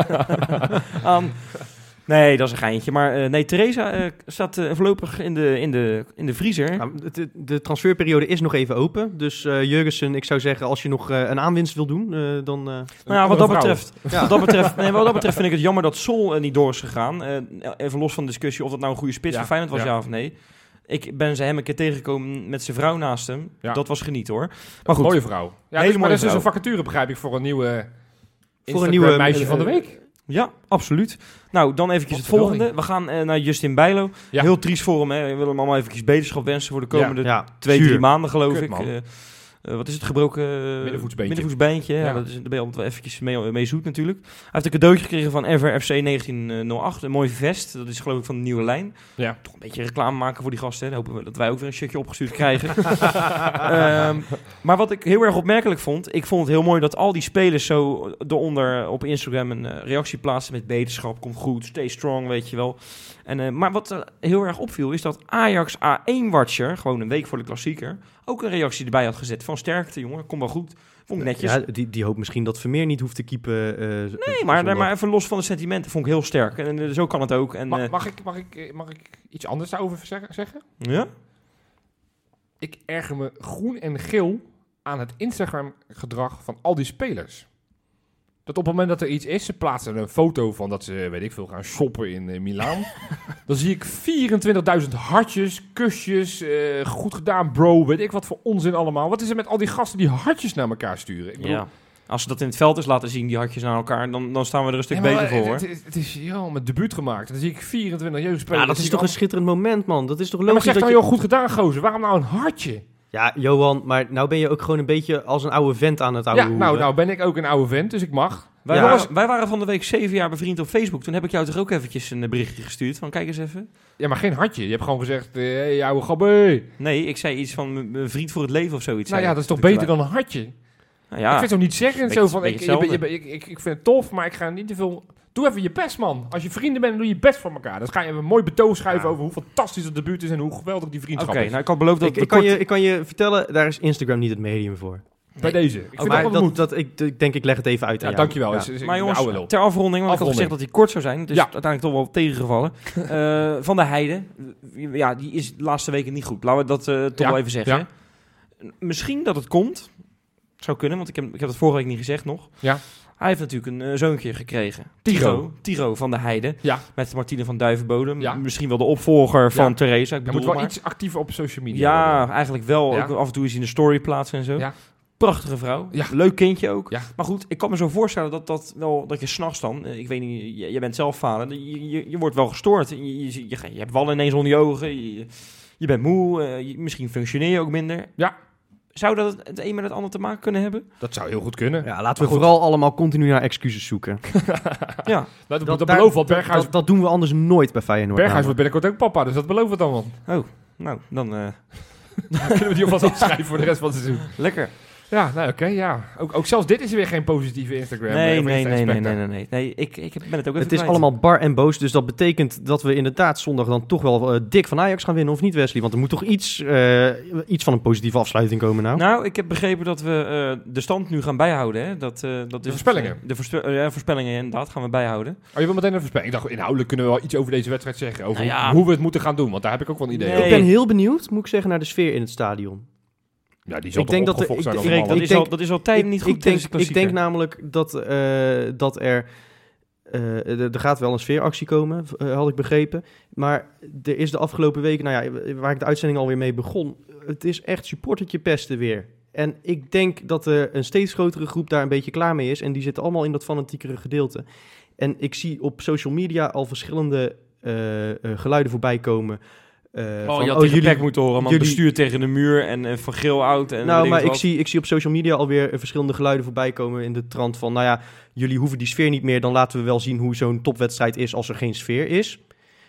aan. Nee, dat is een geintje. Maar Theresa staat voorlopig in de vriezer. Nou, de transferperiode is nog even open. Dus Jurgensen, ik zou zeggen, als je nog een aanwinst wil doen, dan... Nou ja, wat dat betreft vind ik het jammer dat Sol niet door is gegaan. Even los van de discussie of dat nou een goede spits voor Feyenoord was, ja of nee. Ik ben hem een keer tegengekomen met zijn vrouw naast hem. Ja. Dat was geniet hoor. Maar goed. Mooie vrouw. Ja, hele maar mooie dat is dus vrouw. een vacature, begrijp ik, voor een nieuwe meisje van de week. Ja, absoluut. Nou, dan eventjes het volgende. We gaan naar Justin Bijlo. Ja. Heel triest voor hem. Hè. We willen hem allemaal eventjes beterschap wensen voor de komende 2-3 maanden, geloof ik. Wat is het gebroken? Middenvoetsbeentje. Ja, daar ben je altijd wel eventjes mee zoet natuurlijk. Hij heeft een cadeautje gekregen van Ever FC 1908. Een mooi vest. Dat is geloof ik van de nieuwe lijn. Ja. Toch een beetje reclame maken voor die gasten. Hè. Dan hopen we dat wij ook weer een shirtje opgestuurd krijgen. Maar wat ik heel erg opmerkelijk vond. Ik vond het heel mooi dat al die spelers zo eronder op Instagram een reactie plaatsen met beterschap. Komt goed. Stay strong, weet je wel. Maar wat heel erg opviel is dat Ajax A1-watcher, gewoon een week voor de klassieker, ook een reactie erbij had gezet van sterkte, jongen, kom wel goed. Vond ik netjes. Ja, die hoopt misschien dat Vermeer niet hoeft te keepen. Nee, maar even los van de sentimenten vond ik heel sterk. En zo kan het ook. En, mag ik iets anders daarover zeggen? Ja? Ik erger me groen en geel aan het Instagram-gedrag van al die spelers. Dat op het moment dat er iets is, ze plaatsen een foto van dat ze, weet ik veel, gaan shoppen in Milaan. Dan zie ik 24.000 hartjes, kusjes, goed gedaan bro, weet ik wat voor onzin allemaal. Wat is er met al die gasten die hartjes naar elkaar sturen? Ik bedoel, ja. Als ze dat in het veld eens laten zien, die hartjes naar elkaar, dan staan we er een stuk beter voor, hoor. Het is mijn debuut gemaakt. Dan zie ik 24 jeugdspelers. Ja, dat is toch een schitterend moment, man. Dat is toch logisch. Maar zeg dan, joh, goed gedaan, gozer. Waarom nou een hartje? Ja, Johan, maar nou ben je ook gewoon een beetje als een oude vent aan het oude hoeren. Nou ben ik ook een oude vent, dus ik mag. Wij waren van de week 7 jaar bevriend op Facebook. Toen heb ik jou toch ook eventjes een berichtje gestuurd van kijk eens even. Ja, maar geen hartje. Je hebt gewoon gezegd, hey, ouwe gabbe. Nee, ik zei iets van mijn vriend voor het leven of zoiets. Nou ja, dat is toch beter dan een hartje? Nou ja, ik vind het ook niet zeggen. Zo van, ik vind het tof, maar ik ga niet te veel... Doe even je best, man. Als je vrienden bent, dan doe je best voor elkaar. Dan ga je even een mooi betoog schrijven over hoe fantastisch het debuut is en hoe geweldig die vriendschap is. Nou, ik had beloofd dat... Ik kan je vertellen, daar is Instagram niet het medium voor. Bij deze. Ik vind ik leg het even uit aan jou. Dankjewel. Ja. Maar jongens, ter afronding, want ik had gezegd dat hij kort zou zijn. Het is uiteindelijk toch wel tegengevallen. Van der Heijden, ja, die is de laatste weken niet goed. Laten we dat toch wel even zeggen. Ja. Misschien dat het komt. Zou kunnen, want ik heb het vorige week niet gezegd nog. Ja. Hij heeft natuurlijk een zoontje gekregen. Tigo van der Heijden. Ja. Met Martine van Duivenbodem. Ja. Misschien wel de opvolger van Theresa. Ik bedoel, moet wel iets actiever op social media. Ja, worden. Eigenlijk wel. Ja. Ook af en toe is hij in de story plaatsen en zo. Ja. Prachtige vrouw. Ja. Leuk kindje ook. Ja. Maar goed, ik kan me zo voorstellen dat je 's nachts dan... Ik weet niet, je bent zelf vader. Je wordt wel gestoord. Je hebt wallen ineens onder je ogen. Je bent moe. Misschien functioneer je ook minder. Ja. Zou dat het een met het ander te maken kunnen hebben? Dat zou heel goed kunnen. Ja, laten we vooral allemaal continu naar excuses zoeken. Ja, dat belooft wat Berghuis... Dat doen we anders nooit bij Feyenoord. Berghuis wordt binnenkort ook papa, dus dat belooft het dan wel. Oh, nou, dan... Dan kunnen we die alvast afschrijven voor de rest van het seizoen. Lekker. Ja, nou oké, ja. Ook zelfs dit is weer geen positieve Instagram. Nee. Ik ben het ook even Het is kwijt. allemaal bar en boos, dus dat betekent dat we inderdaad zondag dan toch wel dik van Ajax gaan winnen, of niet, Wesley? Want er moet toch iets van een positieve afsluiting komen nou? Nou, ik heb begrepen dat we de stand nu gaan bijhouden. Hè? Dat is voorspellingen? De voorspellingen, inderdaad, gaan we bijhouden. Oh, je wil meteen een voorspelling. Ik dacht, inhoudelijk kunnen we wel iets over deze wedstrijd zeggen. Over Nou ja. hoe we het moeten gaan doen, want daar heb ik ook wel een idee Nee. over. Ik ben heel benieuwd, moet ik zeggen, naar de sfeer in het stadion. Ja, die zal Ik toch denk dat opgefokt zijn. Freek, allemaal. dat is al tijden niet goed tijdens de Ik klassieker. denk namelijk dat er gaat wel een sfeeractie komen, had ik begrepen. Maar er is de afgelopen weken, waar ik de uitzending alweer mee begon, het is echt supportertje pesten weer. En ik denk dat er een steeds grotere groep daar een beetje klaar mee is. En die zitten allemaal in dat fanatiekere gedeelte. En ik zie op social media al verschillende geluiden voorbij komen. Je had tegen Peck moeten horen, man. Bestuur tegen de muur en Van Geel oud. En Nou, maar ik zie op social media alweer verschillende geluiden voorbij komen in de trant van, jullie hoeven die sfeer niet meer, dan laten we wel zien hoe zo'n topwedstrijd is als er geen sfeer is.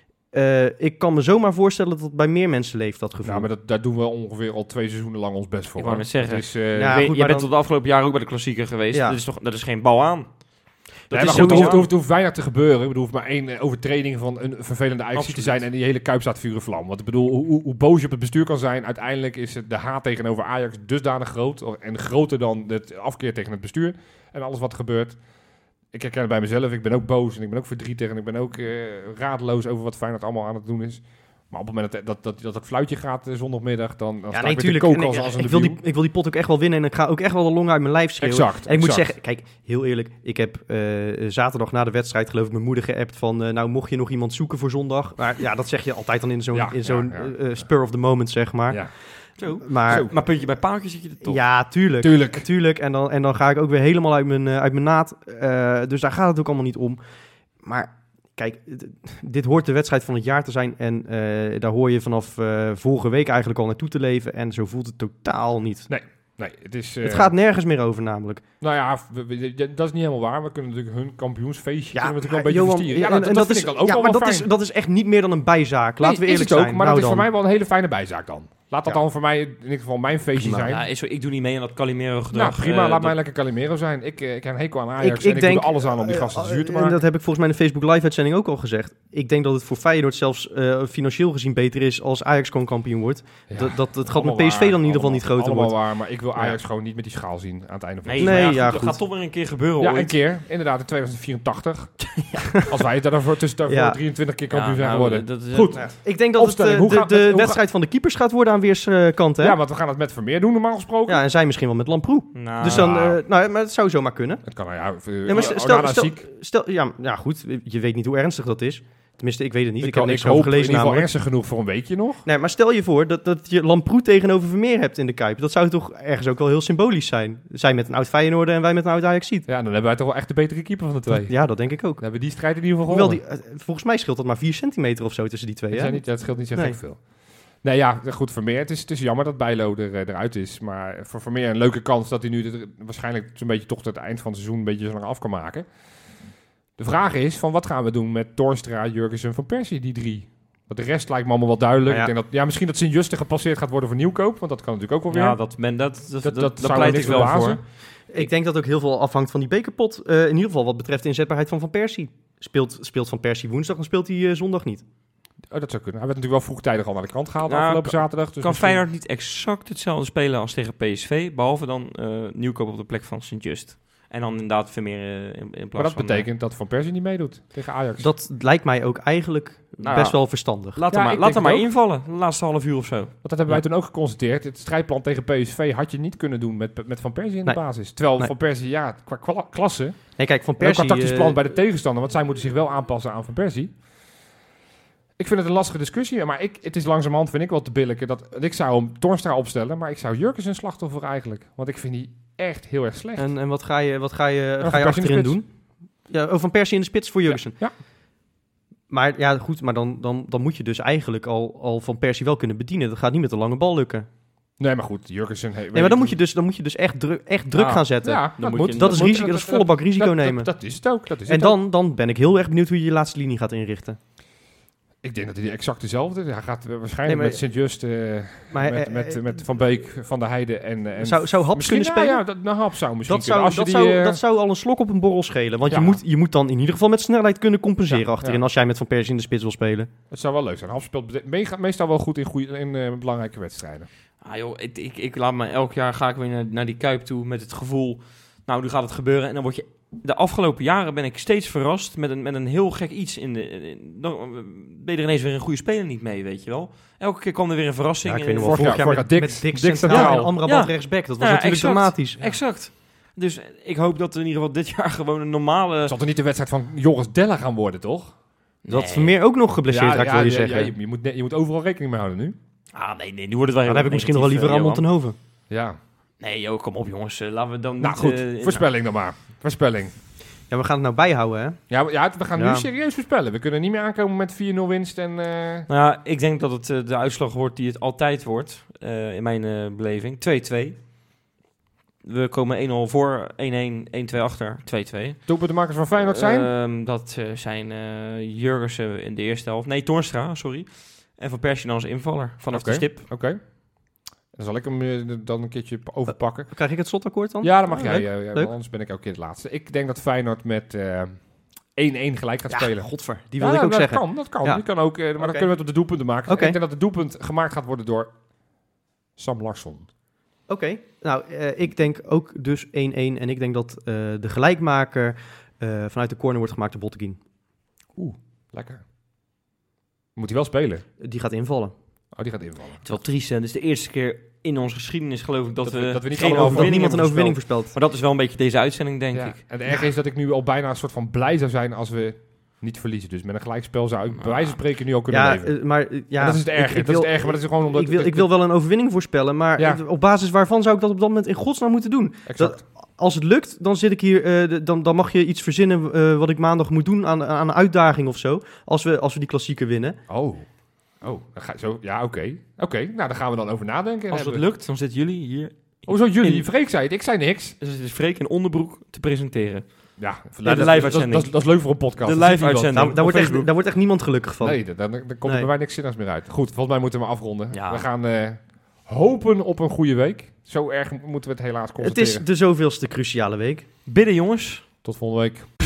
Ik kan me zomaar voorstellen dat het bij meer mensen leeft, dat gevoel. Ja, maar daar doen we ongeveer al 2 seizoenen lang ons best voor. Ik wou net zeggen. Dus, Je bent tot de afgelopen jaren ook bij de klassieker geweest. Ja. Dat is geen bal aan. Nee, maar goed, er hoeft weinig te gebeuren. Ik bedoel, er hoeft maar 1 overtreding van een vervelende Ajax te zijn en die hele Kuip staat vuur en vlam. Want ik bedoel, hoe boos je op het bestuur kan zijn, uiteindelijk is de haat tegenover Ajax dusdanig groot en groter dan het afkeer tegen het bestuur en alles wat er gebeurt. Ik herken het bij mezelf, ik ben ook boos en ik ben ook verdrietig en ik ben ook radeloos over wat Feyenoord allemaal aan het doen is. Maar op het moment dat het fluitje gaat zondagmiddag, dan sta ik weer te koken als een debiel. Ik wil die pot ook echt wel winnen en ik ga ook echt wel de long uit mijn lijf schreeuwen. Exact. En ik moet zeggen, kijk, heel eerlijk, ik heb zaterdag na de wedstrijd geloof ik mijn moeder geappt van, mocht je nog iemand zoeken voor zondag? Maar ja, dat zeg je altijd dan in zo'n spur of the moment, zeg maar. Ja. Zo. Maar puntje bij paaltje zit je er toch? ja, tuurlijk. En dan ga ik ook weer helemaal uit mijn naad. Dus daar gaat het ook allemaal niet om. Maar kijk, dit hoort de wedstrijd van het jaar te zijn. En daar hoor je vanaf vorige week eigenlijk al naartoe te leven. En zo voelt het totaal niet. Nee, het gaat nergens meer over namelijk. Nou ja, dat is niet helemaal waar. We kunnen natuurlijk hun kampioensfeestje Ja, natuurlijk wel een beetje verstieren. Ja, dat vind ik dan ook wel maar fijn. dat is echt niet meer dan een bijzaak. Laten we eerlijk is het zijn. ook, maar Nou dat is voor dan. mij wel een hele fijne bijzaak dan. Laat dat dan voor mij in ieder geval mijn feestje zijn. Ja, ik doe niet mee aan dat Calimero gedrag. Nou, prima, laat mij lekker Calimero zijn. Ik heb een hekel aan Ajax en ik doe er alles aan om die gasten zuur te maken. En dat heb ik volgens mij in de Facebook live-uitzending ook al gezegd. Ik denk dat het voor Feyenoord zelfs financieel gezien beter is als Ajax gewoon kampioen wordt. Ja, dat het gaat met PSV dan in ieder geval niet groter wordt. Allemaal waar, maar ik wil Ajax gewoon niet met die schaal zien aan het einde van het Nee, seizoen. maar dat gaat toch weer een keer gebeuren. Ja, ooit. een keer. Inderdaad, in 2084. Als wij daarvoor tussen 23 keer kampioen zijn geworden. Goed. Ik denk dat het de wedstrijd van de keepers gaat worden aan weerskanten. Ja, want we gaan het met Vermeer doen normaal gesproken. Ja, en zij misschien wel met Lamproe. Nou, Dus dan, maar het zou zomaar kunnen. Het kan, Goed, je weet niet hoe ernstig dat is. Tenminste, ik weet het niet. Ik heb hoop niks over gelezen in ieder geval namelijk. ernstig genoeg voor een weekje nog. Nee, maar stel je voor dat je Lamproe tegenover Vermeer hebt in de Kuip. Dat zou toch ergens ook wel heel symbolisch zijn. Zij met een oud Feyenoorder en wij met een oud Ajaxiet. Ja, dan hebben wij toch wel echt de betere keeper van de twee. Ja, dat denk ik ook. Dan hebben we die strijd in ieder geval Hoewel gewonnen. volgens mij scheelt dat maar 4 centimeter of zo tussen die twee. Hè? Dat scheelt niet zo Nee. gek veel. Nee, ja, goed, Vermeer. Het is jammer dat Bijlo eruit is. Maar voor Vermeer een leuke kans dat hij nu waarschijnlijk zo'n beetje toch tot het eind van het seizoen een beetje zo lang af kan maken. De vraag is van wat gaan we doen met Toornstra, Jurgensen, Van Persie, die 3? Want de rest lijkt me allemaal wel duidelijk. Nou ja. Ik denk dat misschien dat Sint-Juste gepasseerd gaat worden voor Nieuwkoop. Want dat kan natuurlijk ook wel weer. Ja, dat zou pleit niks ik wel verbazen. voor. Ik denk dat ook heel veel afhangt van die bekerpot. In ieder geval wat betreft de inzetbaarheid van Persie. Speelt Van Persie woensdag, dan speelt hij zondag niet. Oh, dat zou kunnen. Hij werd natuurlijk wel vroegtijdig al naar de krant gehaald Nou, afgelopen zaterdag. Dus kan misschien- Feyenoord niet exact hetzelfde spelen als tegen PSV, behalve dan Nieuwkoop op de plek van Sint-Just. En dan inderdaad Vermeer in plaats Maar dat van... betekent dat Van Persie niet meedoet tegen Ajax. Dat lijkt mij ook eigenlijk best wel verstandig. Laat Ja, hem ik maar denk het ook. invallen, de laatste half uur of zo. Want dat hebben wij toen ook geconstateerd. Het strijdplan tegen PSV had je niet kunnen doen met Van Persie in de Nee. basis. Terwijl Nee. Van Persie, ja, qua klasse... Nee, kijk, Van En ook Persie... qua tactisch plan bij de tegenstander. Want zij moeten zich wel aanpassen aan Van Persie. Ik vind het een lastige discussie. Maar het is langzamerhand, vind ik wel te billijken. Ik zou hem Toornstra opstellen. Maar ik zou Jurkens een slachtoffer eigenlijk. Want ik vind die echt heel erg slecht. En wat ga je Van Persie in de achterin spits. doen? Ja, Van Persie in de spits voor Jurgensen. Ja. Maar ja, goed, maar dan moet je dus eigenlijk al Van Persie wel kunnen bedienen. Dat gaat niet met de lange bal lukken. Nee, maar goed, Jurgensen... Nee, maar dan moet je dus echt druk gaan zetten. Ja, Dan moet moet. je- Dat is risico, dat is volle bak risico nemen. Dat is het ook. Dat is En het ook. dan ben ik heel erg benieuwd hoe je je laatste linie gaat inrichten. Ik denk dat hij exact dezelfde is. Hij gaat waarschijnlijk Nee, met Sint-Just, met Van Beek, Van der Heijden en Zou Haps kunnen spelen? Ja, Haps zou misschien kunnen. Dat zou al een slok op een borrel schelen. Want Ja. je moet dan in ieder geval met snelheid kunnen compenseren Ja, achterin ja. als jij met Van Persie in de spits wil spelen. Het zou wel leuk zijn. Haps speelt meestal wel goed in belangrijke wedstrijden. Ah joh, ik laat me elk jaar ga ik weer naar die Kuip toe met het gevoel, nou nu gaat het gebeuren. En dan word je, de afgelopen jaren ben ik steeds verrast met een heel gek iets. Dan ben je er ineens weer een goede speler niet mee, weet je wel. Elke keer kwam er weer een verrassing. Ja, ik weet nog wel, wel, vorig jaar met met Dix centraal centraal en Amrabat Ja. rechtsback. Dat was Ja, natuurlijk exact. dramatisch. Exact. Dus ik hoop dat er in ieder geval dit jaar gewoon een normale... Het zal toch niet de wedstrijd van Joris Della gaan worden, toch? Dat Vermeer ook nog geblesseerd raakt, wil je zeggen. Ja, je moet overal rekening mee houden nu. Ah, nee, nu wordt het wel Dan heb ik misschien nog wel liever Ramon ten Hoven. Ja. Nee, joh, kom op jongens. Laten we dan Nou niet... goed, voorspelling dan maar. Voorspelling. Ja, we gaan het nou bijhouden, hè? Ja, we gaan Ja. nu serieus voorspellen. We kunnen niet meer aankomen met 4-0 winst en... Nou ja, ik denk dat het de uitslag wordt die het altijd wordt, in mijn beleving. 2-2. We komen 1-0 voor, 1-1, 1-2 achter, 2-2. Doelpuntenmakers van Feyenoord zijn? Dat zijn Jurgensen in de eerste helft. Nee, Toornstra, sorry. En Van Persie dan als invaller vanaf Oké. de stip. Oké. Dan zal ik hem dan een keertje overpakken. Krijg ik het slotakkoord dan? Ja, dat mag Oh, jij. leuk, want leuk. anders ben ik elke keer het laatste. Ik denk dat Feyenoord met 1-1 gelijk gaat spelen. Godver. Die wilde ik ook zeggen. Dat kan. Ja. Die kan ook, maar dan kunnen we het op de doelpunten maken. Oké. Ik denk dat het doelpunt gemaakt gaat worden door Sam Larsson. Oké. Nou, ik denk ook dus 1-1. En ik denk dat de gelijkmaker vanuit de corner wordt gemaakt door Botteguin. Lekker. Moet hij wel spelen? Die gaat invallen. Oh, die gaat invallen. Het is wel triest, hè. Het is de eerste keer in onze geschiedenis, geloof ik, dat we niet geen allemaal Dat overwinning niemand een hebben overwinning voorspeld. voorspelt. Maar dat is wel een beetje deze uitzending, denk Ja. ik. En het erge is dat ik nu al bijna een soort van blij zou zijn als we niet verliezen. Dus met een gelijkspel zou ik bij wijze van spreken nu al kunnen Ja, leven. maar ja, En dat is het erge. Dat is het erge, maar dat is gewoon omdat... ik wil wel een overwinning voorspellen, maar Ja. op basis waarvan zou ik dat op dat moment in godsnaam moeten doen? Exact. Als het lukt, dan zit ik hier, dan mag je iets verzinnen wat ik maandag moet doen aan een uitdaging of zo, als we die klassieker winnen. Oh, dan ga je zo... Ja, oké. Oké, nou, daar gaan we dan over nadenken. Als het lukt, dan zitten jullie hier. Oh, zo jullie. Freek zei het, ik zei niks. Dus het is Freek in onderbroek te presenteren. Ja, de live-uitzending. Dat is leuk voor een podcast. De Dat ziet live-uitzending. niemand. Daar wordt echt niemand gelukkig van. Nee, dan komt er Nee. bij mij niks zinnigs meer uit. Goed, volgens mij moeten we afronden. Ja. We gaan hopen op een goede week. Zo erg moeten we het helaas Het constateren. is de zoveelste cruciale week. Bidden, jongens. Tot volgende week.